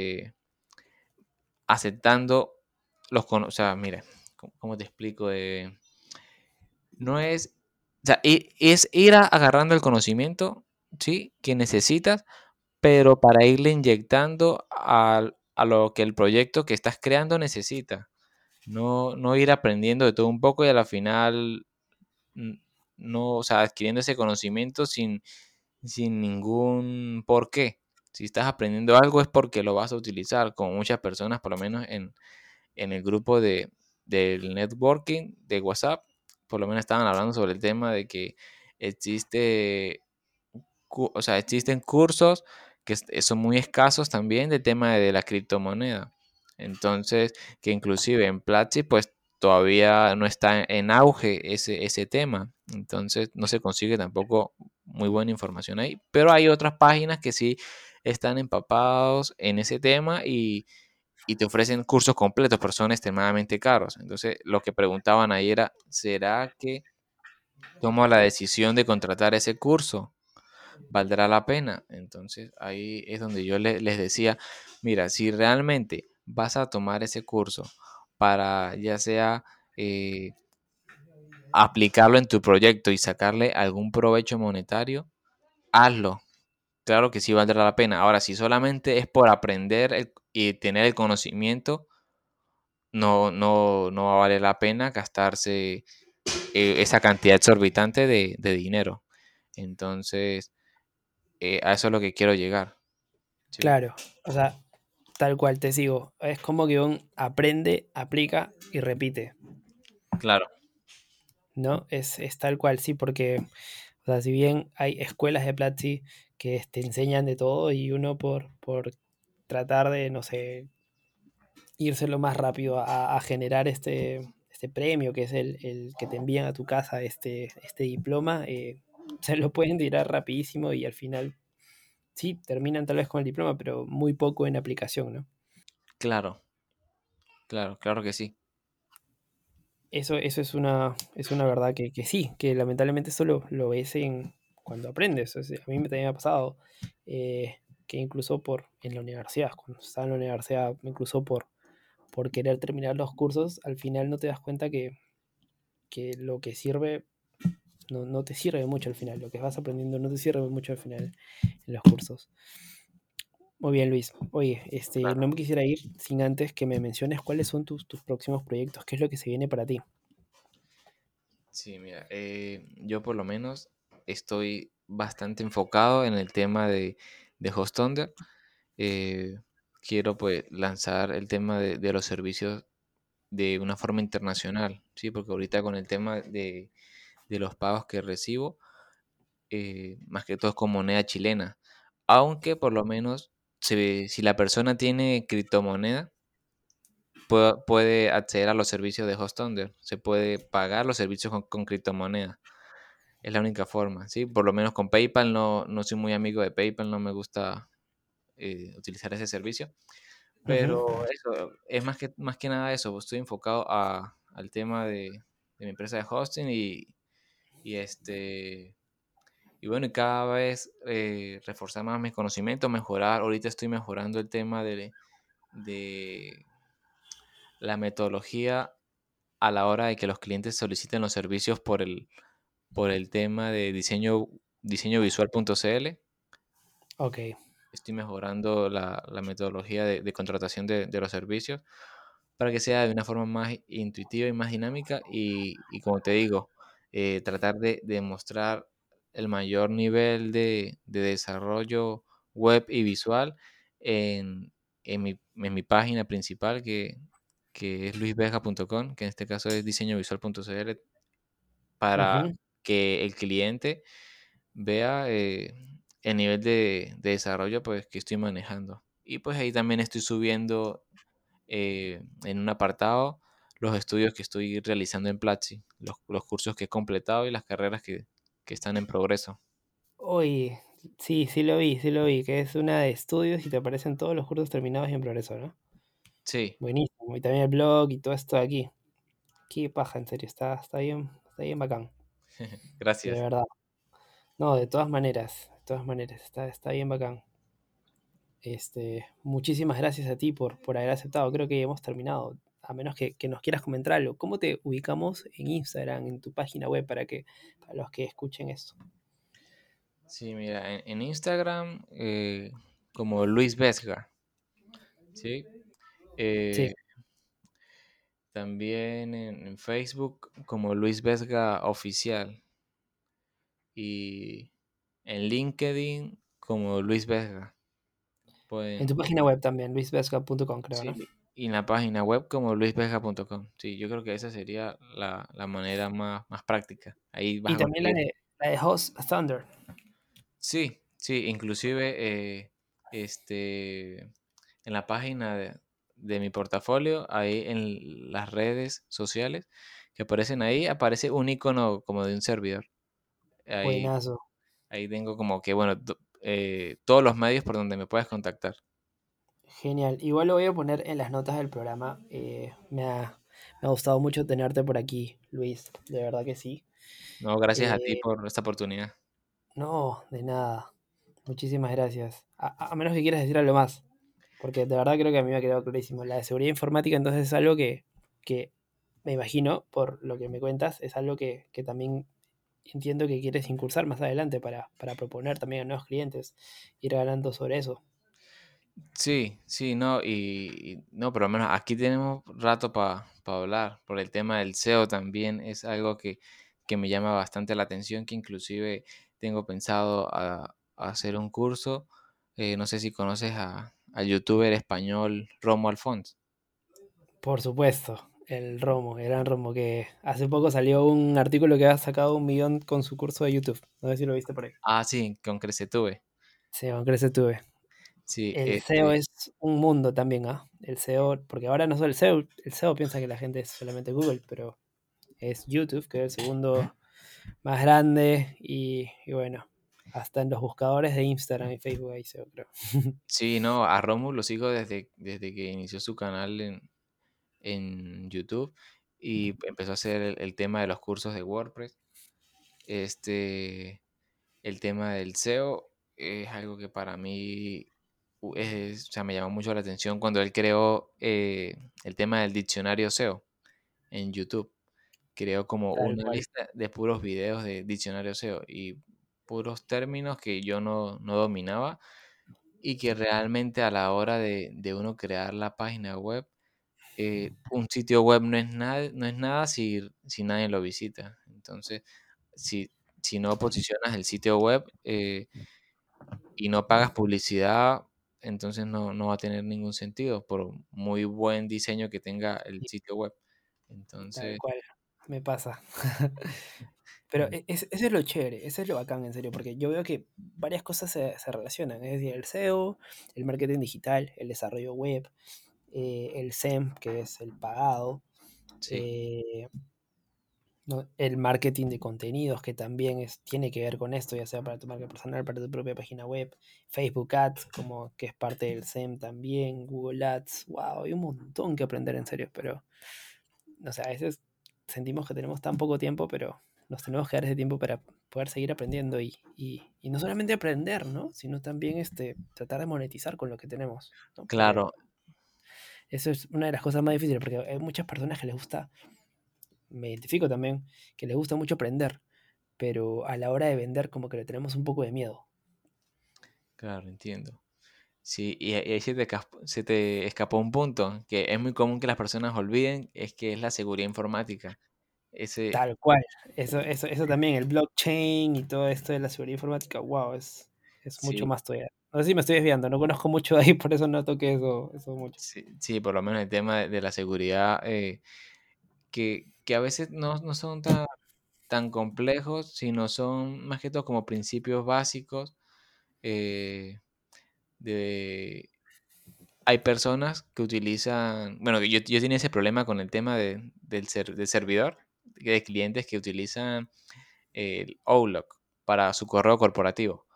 aceptando o sea, mira, ¿cómo te explico? No es, o sea, es ir agarrando el conocimiento, ¿sí? Que necesitas, pero para irle inyectando a lo que el proyecto que estás creando necesita. No ir aprendiendo de todo un poco y a la final, no, o sea, adquiriendo ese conocimiento sin ningún porqué. Si estás aprendiendo algo es porque lo vas a utilizar, como muchas personas, por lo menos en el grupo del networking de WhatsApp, por lo menos estaban hablando sobre el tema de que existe, o sea, existen cursos que son muy escasos también del tema de la criptomoneda. Entonces, que inclusive en Platzi, pues todavía no está en auge ese tema. Entonces, no se consigue tampoco muy buena información ahí. Pero hay otras páginas que sí están empapados en ese tema y te ofrecen cursos completos, pero son extremadamente caros. Entonces, lo que preguntaban ahí era, ¿será que tomo la decisión de contratar ese curso? ¿Valdrá la pena? Entonces, ahí es donde yo les decía, mira, si realmente vas a tomar ese curso para ya sea aplicarlo en tu proyecto y sacarle algún provecho monetario, hazlo. Claro que sí valdrá la pena. Ahora, si solamente es por aprender y tener el conocimiento, no va a valer la pena gastarse esa cantidad exorbitante de dinero. Entonces, a eso es lo que quiero llegar. ¿Sí? Claro, o sea, tal cual te sigo. Es como que un aprende, aplica y repite, Claro, ¿no? Es tal cual, sí, porque, o sea, si bien hay escuelas de Platzi que te enseñan de todo y uno por tratar de, no sé, irse lo más rápido a generar este premio, que es el que te envían a tu casa, este diploma, se lo pueden tirar rapidísimo y al final, sí, terminan tal vez con el diploma, pero muy poco en aplicación, ¿no? claro, claro que sí. Eso es una verdad que sí, que lamentablemente solo lo ves cuando aprendes. O sea, a mí también me ha pasado que incluso en la universidad, cuando estaba en la universidad, incluso por querer terminar los cursos, al final no te das cuenta que lo que sirve no te sirve mucho al final. Lo que vas aprendiendo no te sirve mucho al final en los cursos. Muy bien, Luis. Oye, Claro. no me quisiera ir sin antes que me menciones cuáles son tus próximos proyectos, qué es lo que se viene para ti. Sí, mira, yo por lo menos estoy bastante enfocado en el tema de Hostunder. Eh, quiero pues lanzar el tema de los servicios de una forma internacional, ¿sí? Porque ahorita con el tema de los pagos que recibo, más que todo es con moneda chilena. Aunque por lo menos si la persona tiene criptomoneda, puede acceder a los servicios de Hostunder. Se puede pagar los servicios con criptomoneda. Es la única forma, ¿sí? Por lo menos con PayPal no soy muy amigo de PayPal, no me gusta utilizar ese servicio. Ujú. Pero eso, es más que nada eso, estoy enfocado al tema de mi empresa de hosting y y bueno, y cada vez reforzar más mis conocimientos, mejorar. Ahorita estoy mejorando el tema de la metodología a la hora de que los clientes soliciten los servicios por el tema de diseñovisual.cl. Ok. Estoy mejorando la metodología de contratación de los servicios para que sea de una forma más intuitiva y más dinámica y como te digo, tratar de mostrar el mayor nivel de desarrollo web y visual en mi página principal que es luisveja.com, que en este caso es diseñovisual.cl, para Ujú. que el cliente vea el nivel de desarrollo pues, que estoy manejando. Y pues ahí también estoy subiendo en un apartado los estudios que estoy realizando en Platzi, los cursos que he completado y las carreras que están en progreso. Oye, Sí, sí lo vi, que es una de estudios y te aparecen todos los cursos terminados y en progreso, ¿no? Sí, Buenísimo. Y también el blog y todo esto de aquí. Qué paja, en serio, está bien bacán, de gracias. verdad. No, de todas maneras, está bien bacán. Muchísimas gracias a ti por haber aceptado. Creo que hemos terminado. A menos que nos quieras comentar algo. ¿Cómo te ubicamos en Instagram, en tu página web, para los que escuchen esto? Sí, mira, en Instagram como Luis Vesga, ¿sí? Sí, Eh, también en Facebook como Luis Vesga Oficial y en LinkedIn como Luis Vesga. en tu Pueden, página web también, luisvesca.com, creo, ¿no? sí, y en la página web como luisvesga.com. Sí, yo creo que esa sería la manera más práctica. Ahí vas Y a también conseguir. la de Host Thunder. Sí, sí, inclusive en la página de mi portafolio, ahí en las redes sociales que aparecen ahí, aparece un icono como de un servidor. Ahí, Buenazo. ahí tengo como que, bueno, todos los medios por donde me puedes contactar. Genial. Igual lo voy a poner en las notas del programa. Me ha gustado mucho tenerte por aquí, Luis. De verdad que sí. No, gracias a ti Eh, por esta oportunidad. no, de nada. Muchísimas gracias. A menos que quieras decir algo más. Porque de verdad creo que a mí me ha quedado clarísimo. La de seguridad informática entonces es algo que me imagino, por lo que me cuentas, es algo que también entiendo que quieres incursar más adelante para proponer también a nuevos clientes, ir ganando sobre eso. Sí, sí, no, y no, por lo menos aquí tenemos rato para hablar, por el tema del SEO también es algo que me llama bastante la atención, que inclusive tengo pensado a hacer un curso, no sé si conoces al youtuber español Romo Alfons. Por supuesto, el gran Romo, que hace poco salió un artículo que ha sacado 1 millón con su curso de YouTube. No sé si lo viste por ahí. Ah, sí, con Crecetube. Sí, con Crece Tuve. Sí, El SEO es un mundo también, ¿ah? El SEO, porque ahora no solo el SEO piensa que la gente es solamente Google, pero es YouTube, que es el segundo más grande y bueno, hasta en los buscadores de Instagram y Facebook hay SEO, creo. sí, no, a Romo lo sigo desde que inició su canal en YouTube y empezó a hacer el tema de los cursos de WordPress. Este, el tema del SEO es algo que para mí o sea, me llamó mucho la atención cuando él creó el tema del diccionario SEO en YouTube. Creó como Tal una cual. lista de puros videos de diccionario SEO y puros términos que yo no dominaba y que realmente a la hora de uno crear la página web, un sitio web no es nada si nadie lo visita. Entonces, si, si no posicionas el sitio web y no pagas publicidad, entonces no va a tener ningún sentido, por muy buen diseño que tenga el sitio web. Tal Entonces, cual, me pasa. Pero mm, eso es lo chévere, eso es lo bacán, en serio, porque yo veo que varias cosas se relacionan, es decir, el SEO, el marketing digital, el desarrollo web, el SEM, que es el pagado, sí, eh, ¿no? El marketing de contenidos, que también tiene que ver con esto, ya sea para tu marca personal, para tu propia página web, Facebook Ads, como que es parte del SEM también, Google Ads, wow, hay un montón que aprender en serio, pero no sé, a veces sentimos que tenemos tan poco tiempo, pero nos tenemos que dar ese tiempo para poder seguir aprendiendo y no solamente aprender, ¿no? Sino también tratar de monetizar con lo que tenemos, ¿no? Porque claro, eso es una de las cosas más difíciles, porque hay muchas personas que les gusta, me identifico también, que les gusta mucho aprender, pero a la hora de vender como que le tenemos un poco de miedo. claro, entiendo. Sí, y ahí se te escapó un punto que es muy común que las personas olviden, es que es la seguridad informática. Ese, Tal cual. Eso también, el blockchain y todo esto de la seguridad informática, wow, es mucho sí, más todavía. No sé si me estoy desviando, no conozco mucho de ahí, por eso no toqué eso mucho. sí, sí, por lo menos el tema de la seguridad, que a veces no son tan complejos, sino son más que todo como principios básicos. eh, de, Hay personas que utilizan, bueno, yo tenía ese problema con el tema del servidor, de clientes que utilizan el Outlook para su correo corporativo.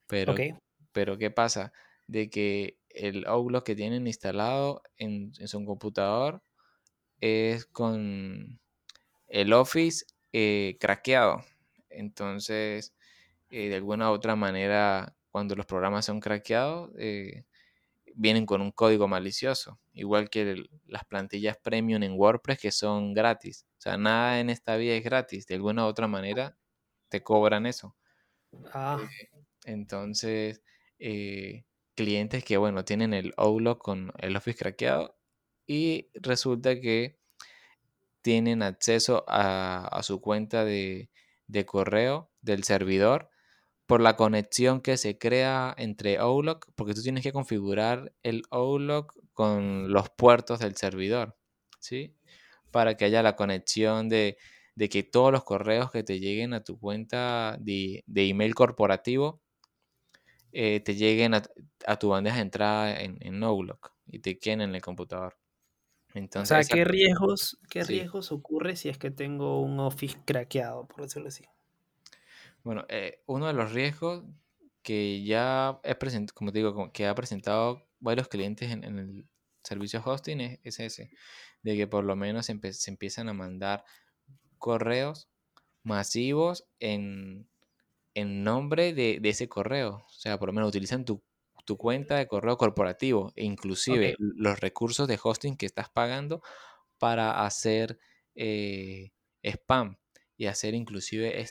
Pero, Ok. pero ¿qué pasa? De que el Outlook que tienen instalado en su computador es con el Office craqueado. Entonces, de alguna u otra manera, cuando los programas son craqueados, vienen con un código malicioso, igual que las plantillas premium en WordPress que son gratis. O sea, nada en esta vida es gratis. De alguna u otra manera te cobran eso. Ah, Entonces, clientes que, bueno, tienen el Outlook con el Office craqueado y resulta que tienen acceso a su cuenta de correo del servidor por la conexión que se crea entre Outlook, porque tú tienes que configurar el Outlook con los puertos del servidor, ¿sí? Para que haya la conexión de que todos los correos que te lleguen a tu cuenta de email corporativo te lleguen a tu bandeja de entrada en Outlook y te queden en el computador. o Entonces, sea, qué sí. riesgos ocurre si es que tengo un Office craqueado, por decirlo así? Bueno, uno de los riesgos que ya he presentado, como te digo, que ha presentado varios clientes en el servicio hosting es ese, de que por lo menos se empiezan a mandar correos masivos en nombre de ese correo. O sea, por lo menos utilizan tu cuenta de correo corporativo e Ok. inclusive los recursos de hosting que estás pagando para hacer spam y hacer inclusive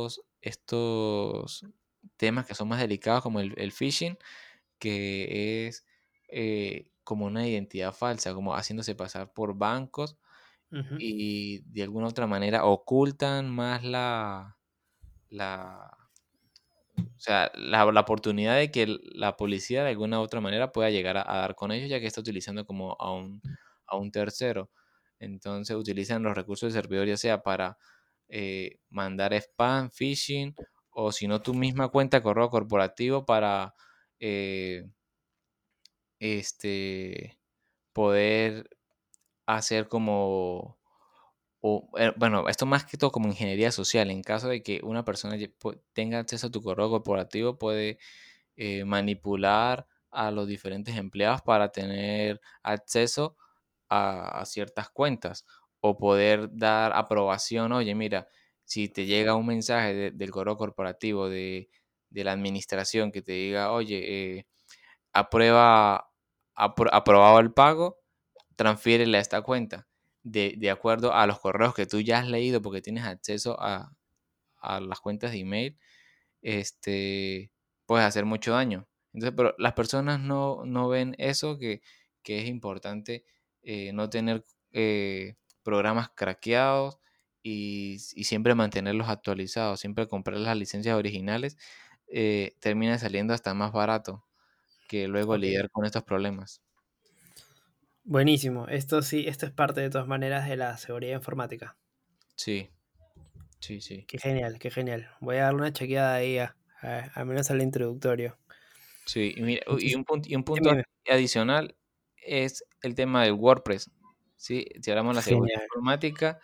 estos temas que son más delicados como el phishing, que es como una identidad falsa, como haciéndose pasar por bancos Ujú, y de alguna otra manera ocultan más la, o sea, la oportunidad de que la policía de alguna u otra manera pueda llegar a dar con ellos, ya que está utilizando como a un tercero. Entonces utilizan los recursos del servidor ya sea para mandar spam, phishing, o si no tu misma cuenta de correo corporativo para eh, este, poder hacer como bueno, esto más que todo como ingeniería social. En caso de que una persona tenga acceso a tu correo corporativo, puede manipular a los diferentes empleados para tener acceso a ciertas cuentas o poder dar aprobación. Oye, mira, si te llega un mensaje del correo corporativo de la administración que te diga, oye, aprueba, aprobado el pago, transfiérele a esta cuenta. De acuerdo a los correos que tú ya has leído porque tienes acceso a las cuentas de email, puedes hacer mucho daño. Entonces, pero las personas no ven eso, que es importante no tener programas craqueados y siempre mantenerlos actualizados, siempre comprar las licencias originales, termina saliendo hasta más barato que luego ok. lidiar con estos problemas. Buenísimo. Esto sí, esto es parte de todas maneras de la seguridad informática. Sí, sí, sí. Qué genial, qué genial. Voy a darle una chequeada ahí al menos al introductorio. Sí, y mira, Entonces, y un punto dime. adicional es el tema del WordPress. ¿Sí? Si hablamos de la seguridad Genial. informática,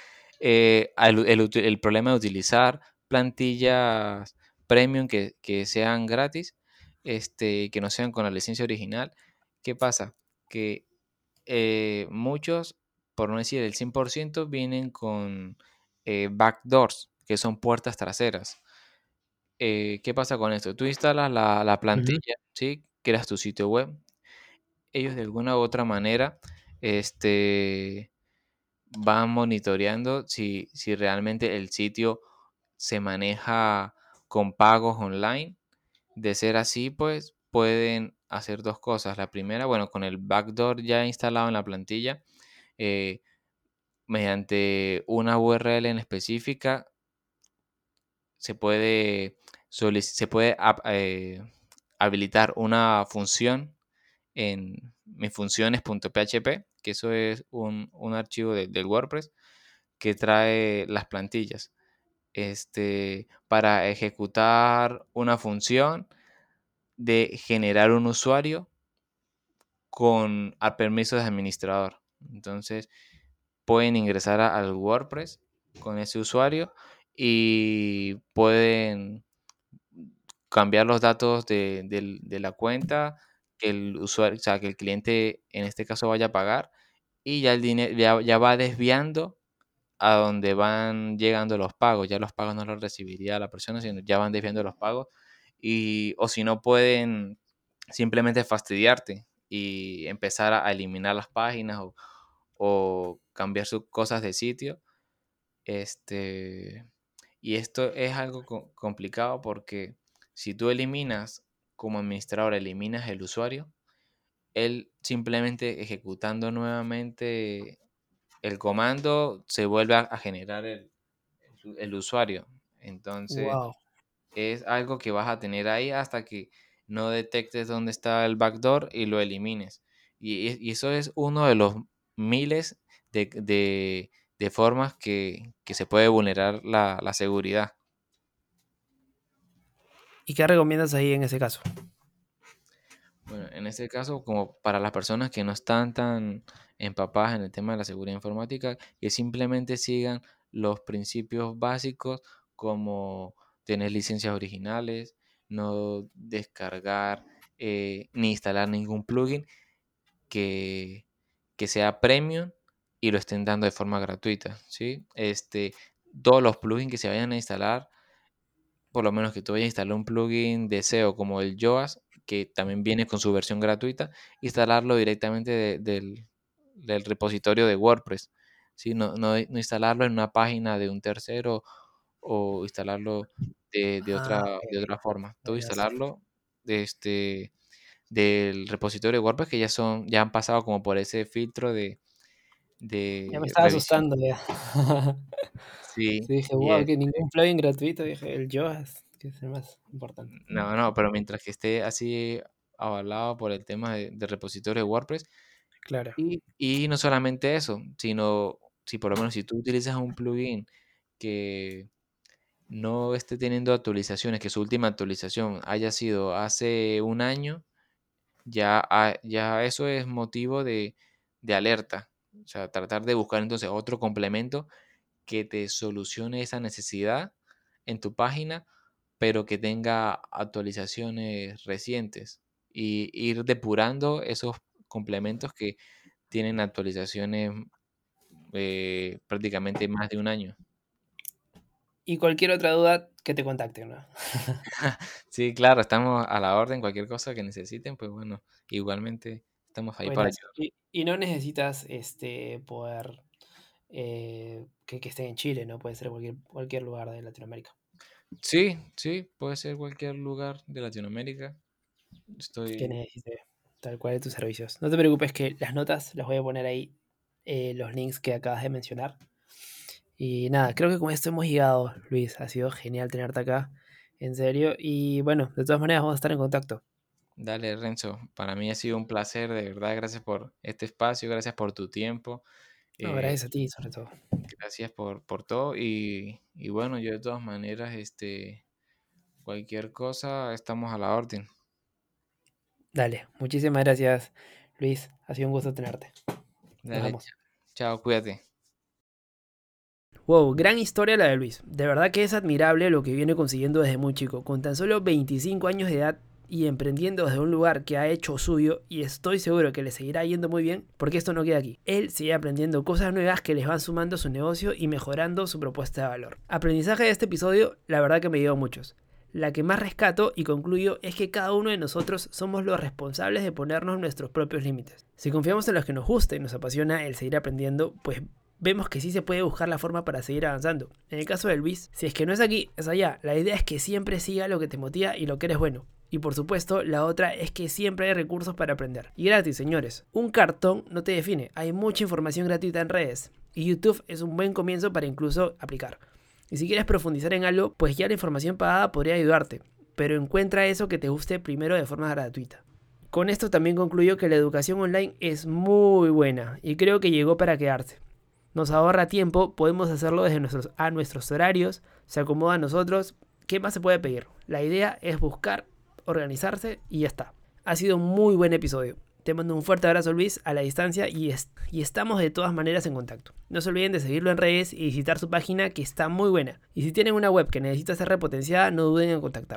el problema de utilizar plantillas premium que sean gratis, que no sean con la licencia original, ¿qué pasa? Que muchos, por no decir el 100%, vienen con backdoors, que son puertas traseras. ¿Qué pasa con esto? Tú instalas la Ujú, plantilla, ¿sí? Creas tu sitio web. Ellos de alguna u otra manera este, van monitoreando si realmente el sitio se maneja con pagos online. De ser así, pues pueden hacer dos cosas. La primera, bueno, con el backdoor ya instalado en la plantilla, eh, mediante una URL en específica, se puede habilitar una función en mifunciones.php, que eso es un archivo del WordPress que trae las plantillas. Para ejecutar una función de generar un usuario a permiso de administrador. Entonces, pueden ingresar al WordPress con ese usuario y pueden cambiar los datos de la cuenta, que el usuario, o sea, que el cliente en este caso vaya a pagar, y ya el dinero ya va desviando a donde van llegando los pagos. Ya los pagos no los recibiría la persona, sino ya van desviando los pagos. O si no, pueden simplemente fastidiarte y empezar a eliminar las páginas o cambiar sus cosas de sitio. Y esto es algo complicado porque si tú eliminas, como administrador, eliminas el usuario, él simplemente ejecutando nuevamente el comando se vuelve a generar el usuario. Entonces Wow. es algo que vas a tener ahí hasta que no detectes dónde está el backdoor y lo elimines. Y eso es uno de los miles de formas que se puede vulnerar la seguridad. ¿Y qué recomiendas ahí en ese caso? Bueno, en este caso, como para las personas que no están tan empapadas en el tema de la seguridad informática, que simplemente sigan los principios básicos como tener licencias originales, no descargar ni instalar ningún plugin que, que sea premium y lo estén dando de forma gratuita, ¿sí? Todos los plugins que se vayan a instalar, por lo menos que tú vayas a instalar un plugin de SEO como el Yoast, que también viene con su versión gratuita, instalarlo directamente del repositorio de WordPress, ¿sí? No instalarlo en una página de un tercero o instalarlo de Ah, otra, ok. de otra forma. Tú Podría ser. instalarlo de del repositorio de WordPress que ya han pasado como por ese filtro Ya me de estaba revisión. asustando ya. Sí, Sí, dije, y wow, que ningún plugin gratuito. Dije, el Yoast, que es el más importante. no, pero mientras que esté así avalado por el tema de repositorio de WordPress, Claro. y no solamente eso, sino si por lo menos si tú utilizas un plugin que no esté teniendo actualizaciones, que su última actualización haya sido hace un año, ya eso es motivo de alerta. O sea, tratar de buscar entonces otro complemento que te solucione esa necesidad en tu página, pero que tenga actualizaciones recientes y ir depurando esos complementos que tienen actualizaciones prácticamente más de un año. Y cualquier otra duda, que te contacten, ¿no? Sí, claro, estamos a la orden, cualquier cosa que necesiten, pues bueno, igualmente estamos ahí para Buenas. ayudar. Y no necesitas poder que esté en Chile, ¿no? Puede ser cualquier lugar de Latinoamérica. Sí, sí, puede ser cualquier lugar de Latinoamérica. Que Estoy, necesite tal cual de tus servicios. No te preocupes que las notas las voy a poner ahí, los links que acabas de mencionar. Y nada, creo que con esto hemos llegado, Luis. Ha sido genial tenerte acá, en serio. Y bueno, de todas maneras vamos a estar en contacto. Dale, Renzo, para mí ha sido un placer, de verdad, gracias por este espacio, gracias por tu tiempo, No, eh, gracias a ti, sobre todo. gracias por todo y bueno, yo de todas maneras, cualquier cosa, estamos a la orden. Dale, muchísimas gracias, Luis. Ha sido un gusto tenerte. Nos Dale, vemos. chao, cuídate. Wow, gran historia la de Luis. De verdad que es admirable lo que viene consiguiendo desde muy chico. Con tan solo 25 años de edad y emprendiendo desde un lugar que ha hecho suyo, y estoy seguro que le seguirá yendo muy bien, porque esto no queda aquí. Él sigue aprendiendo cosas nuevas que les van sumando a su negocio y mejorando su propuesta de valor. Aprendizaje de este episodio, la verdad que me llevo muchos. La que más rescato y concluyo es que cada uno de nosotros somos los responsables de ponernos nuestros propios límites. Si confiamos en los que nos gusta y nos apasiona el seguir aprendiendo, pues vemos que sí se puede buscar la forma para seguir avanzando. En el caso de Luis, si es que no es aquí, es allá. La idea es que siempre siga lo que te motiva y lo que eres bueno. Y por supuesto, la otra es que siempre hay recursos para aprender. Y gratis, señores. Un cartón no te define. Hay mucha información gratuita en redes. Y YouTube es un buen comienzo para incluso aplicar. Y si quieres profundizar en algo, pues ya la información pagada podría ayudarte. Pero encuentra eso que te guste primero de forma gratuita. Con esto también concluyo que la educación online es muy buena y creo que llegó para quedarse. Nos ahorra tiempo, podemos hacerlo desde nuestros horarios, se acomoda a nosotros. ¿Qué más se puede pedir? La idea es buscar, organizarse y ya está. Ha sido un muy buen episodio. Te mando un fuerte abrazo, Luis, a la distancia y estamos de todas maneras en contacto. No se olviden de seguirlo en redes y visitar su página que está muy buena. Y si tienen una web que necesita ser repotenciada, no duden en contactarlo.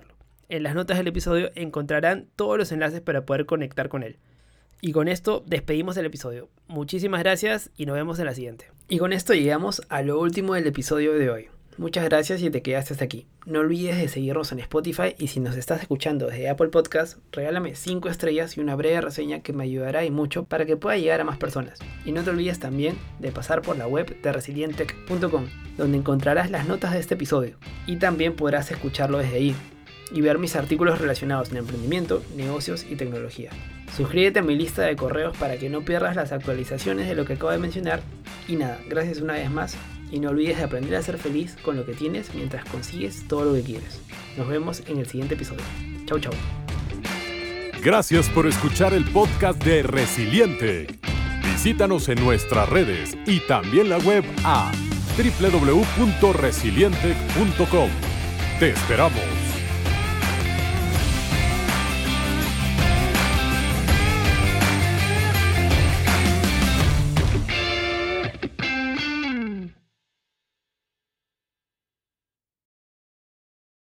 En las notas del episodio encontrarán todos los enlaces para poder conectar con él. Y con esto despedimos el episodio. Muchísimas gracias y nos vemos en la siguiente. Y con esto llegamos a lo último del episodio de hoy. Muchas gracias si te quedaste hasta aquí. No olvides de seguirnos en Spotify y si nos estás escuchando desde Apple Podcast, regálame 5 estrellas y una breve reseña que me ayudará y mucho para que pueda llegar a más personas. Y no te olvides también de pasar por la web de resilientech.com, donde encontrarás las notas de este episodio y también podrás escucharlo desde ahí y ver mis artículos relacionados en emprendimiento, negocios y tecnología. Suscríbete a mi lista de correos para que no pierdas las actualizaciones de lo que acabo de mencionar. Y nada, gracias una vez más y no olvides de aprender a ser feliz con lo que tienes mientras consigues todo lo que quieres. Nos vemos en el siguiente episodio. Chau, chau. Gracias por escuchar el podcast de Resiliente. Visítanos en nuestras redes y también la web a www.resilientech.com. Te esperamos.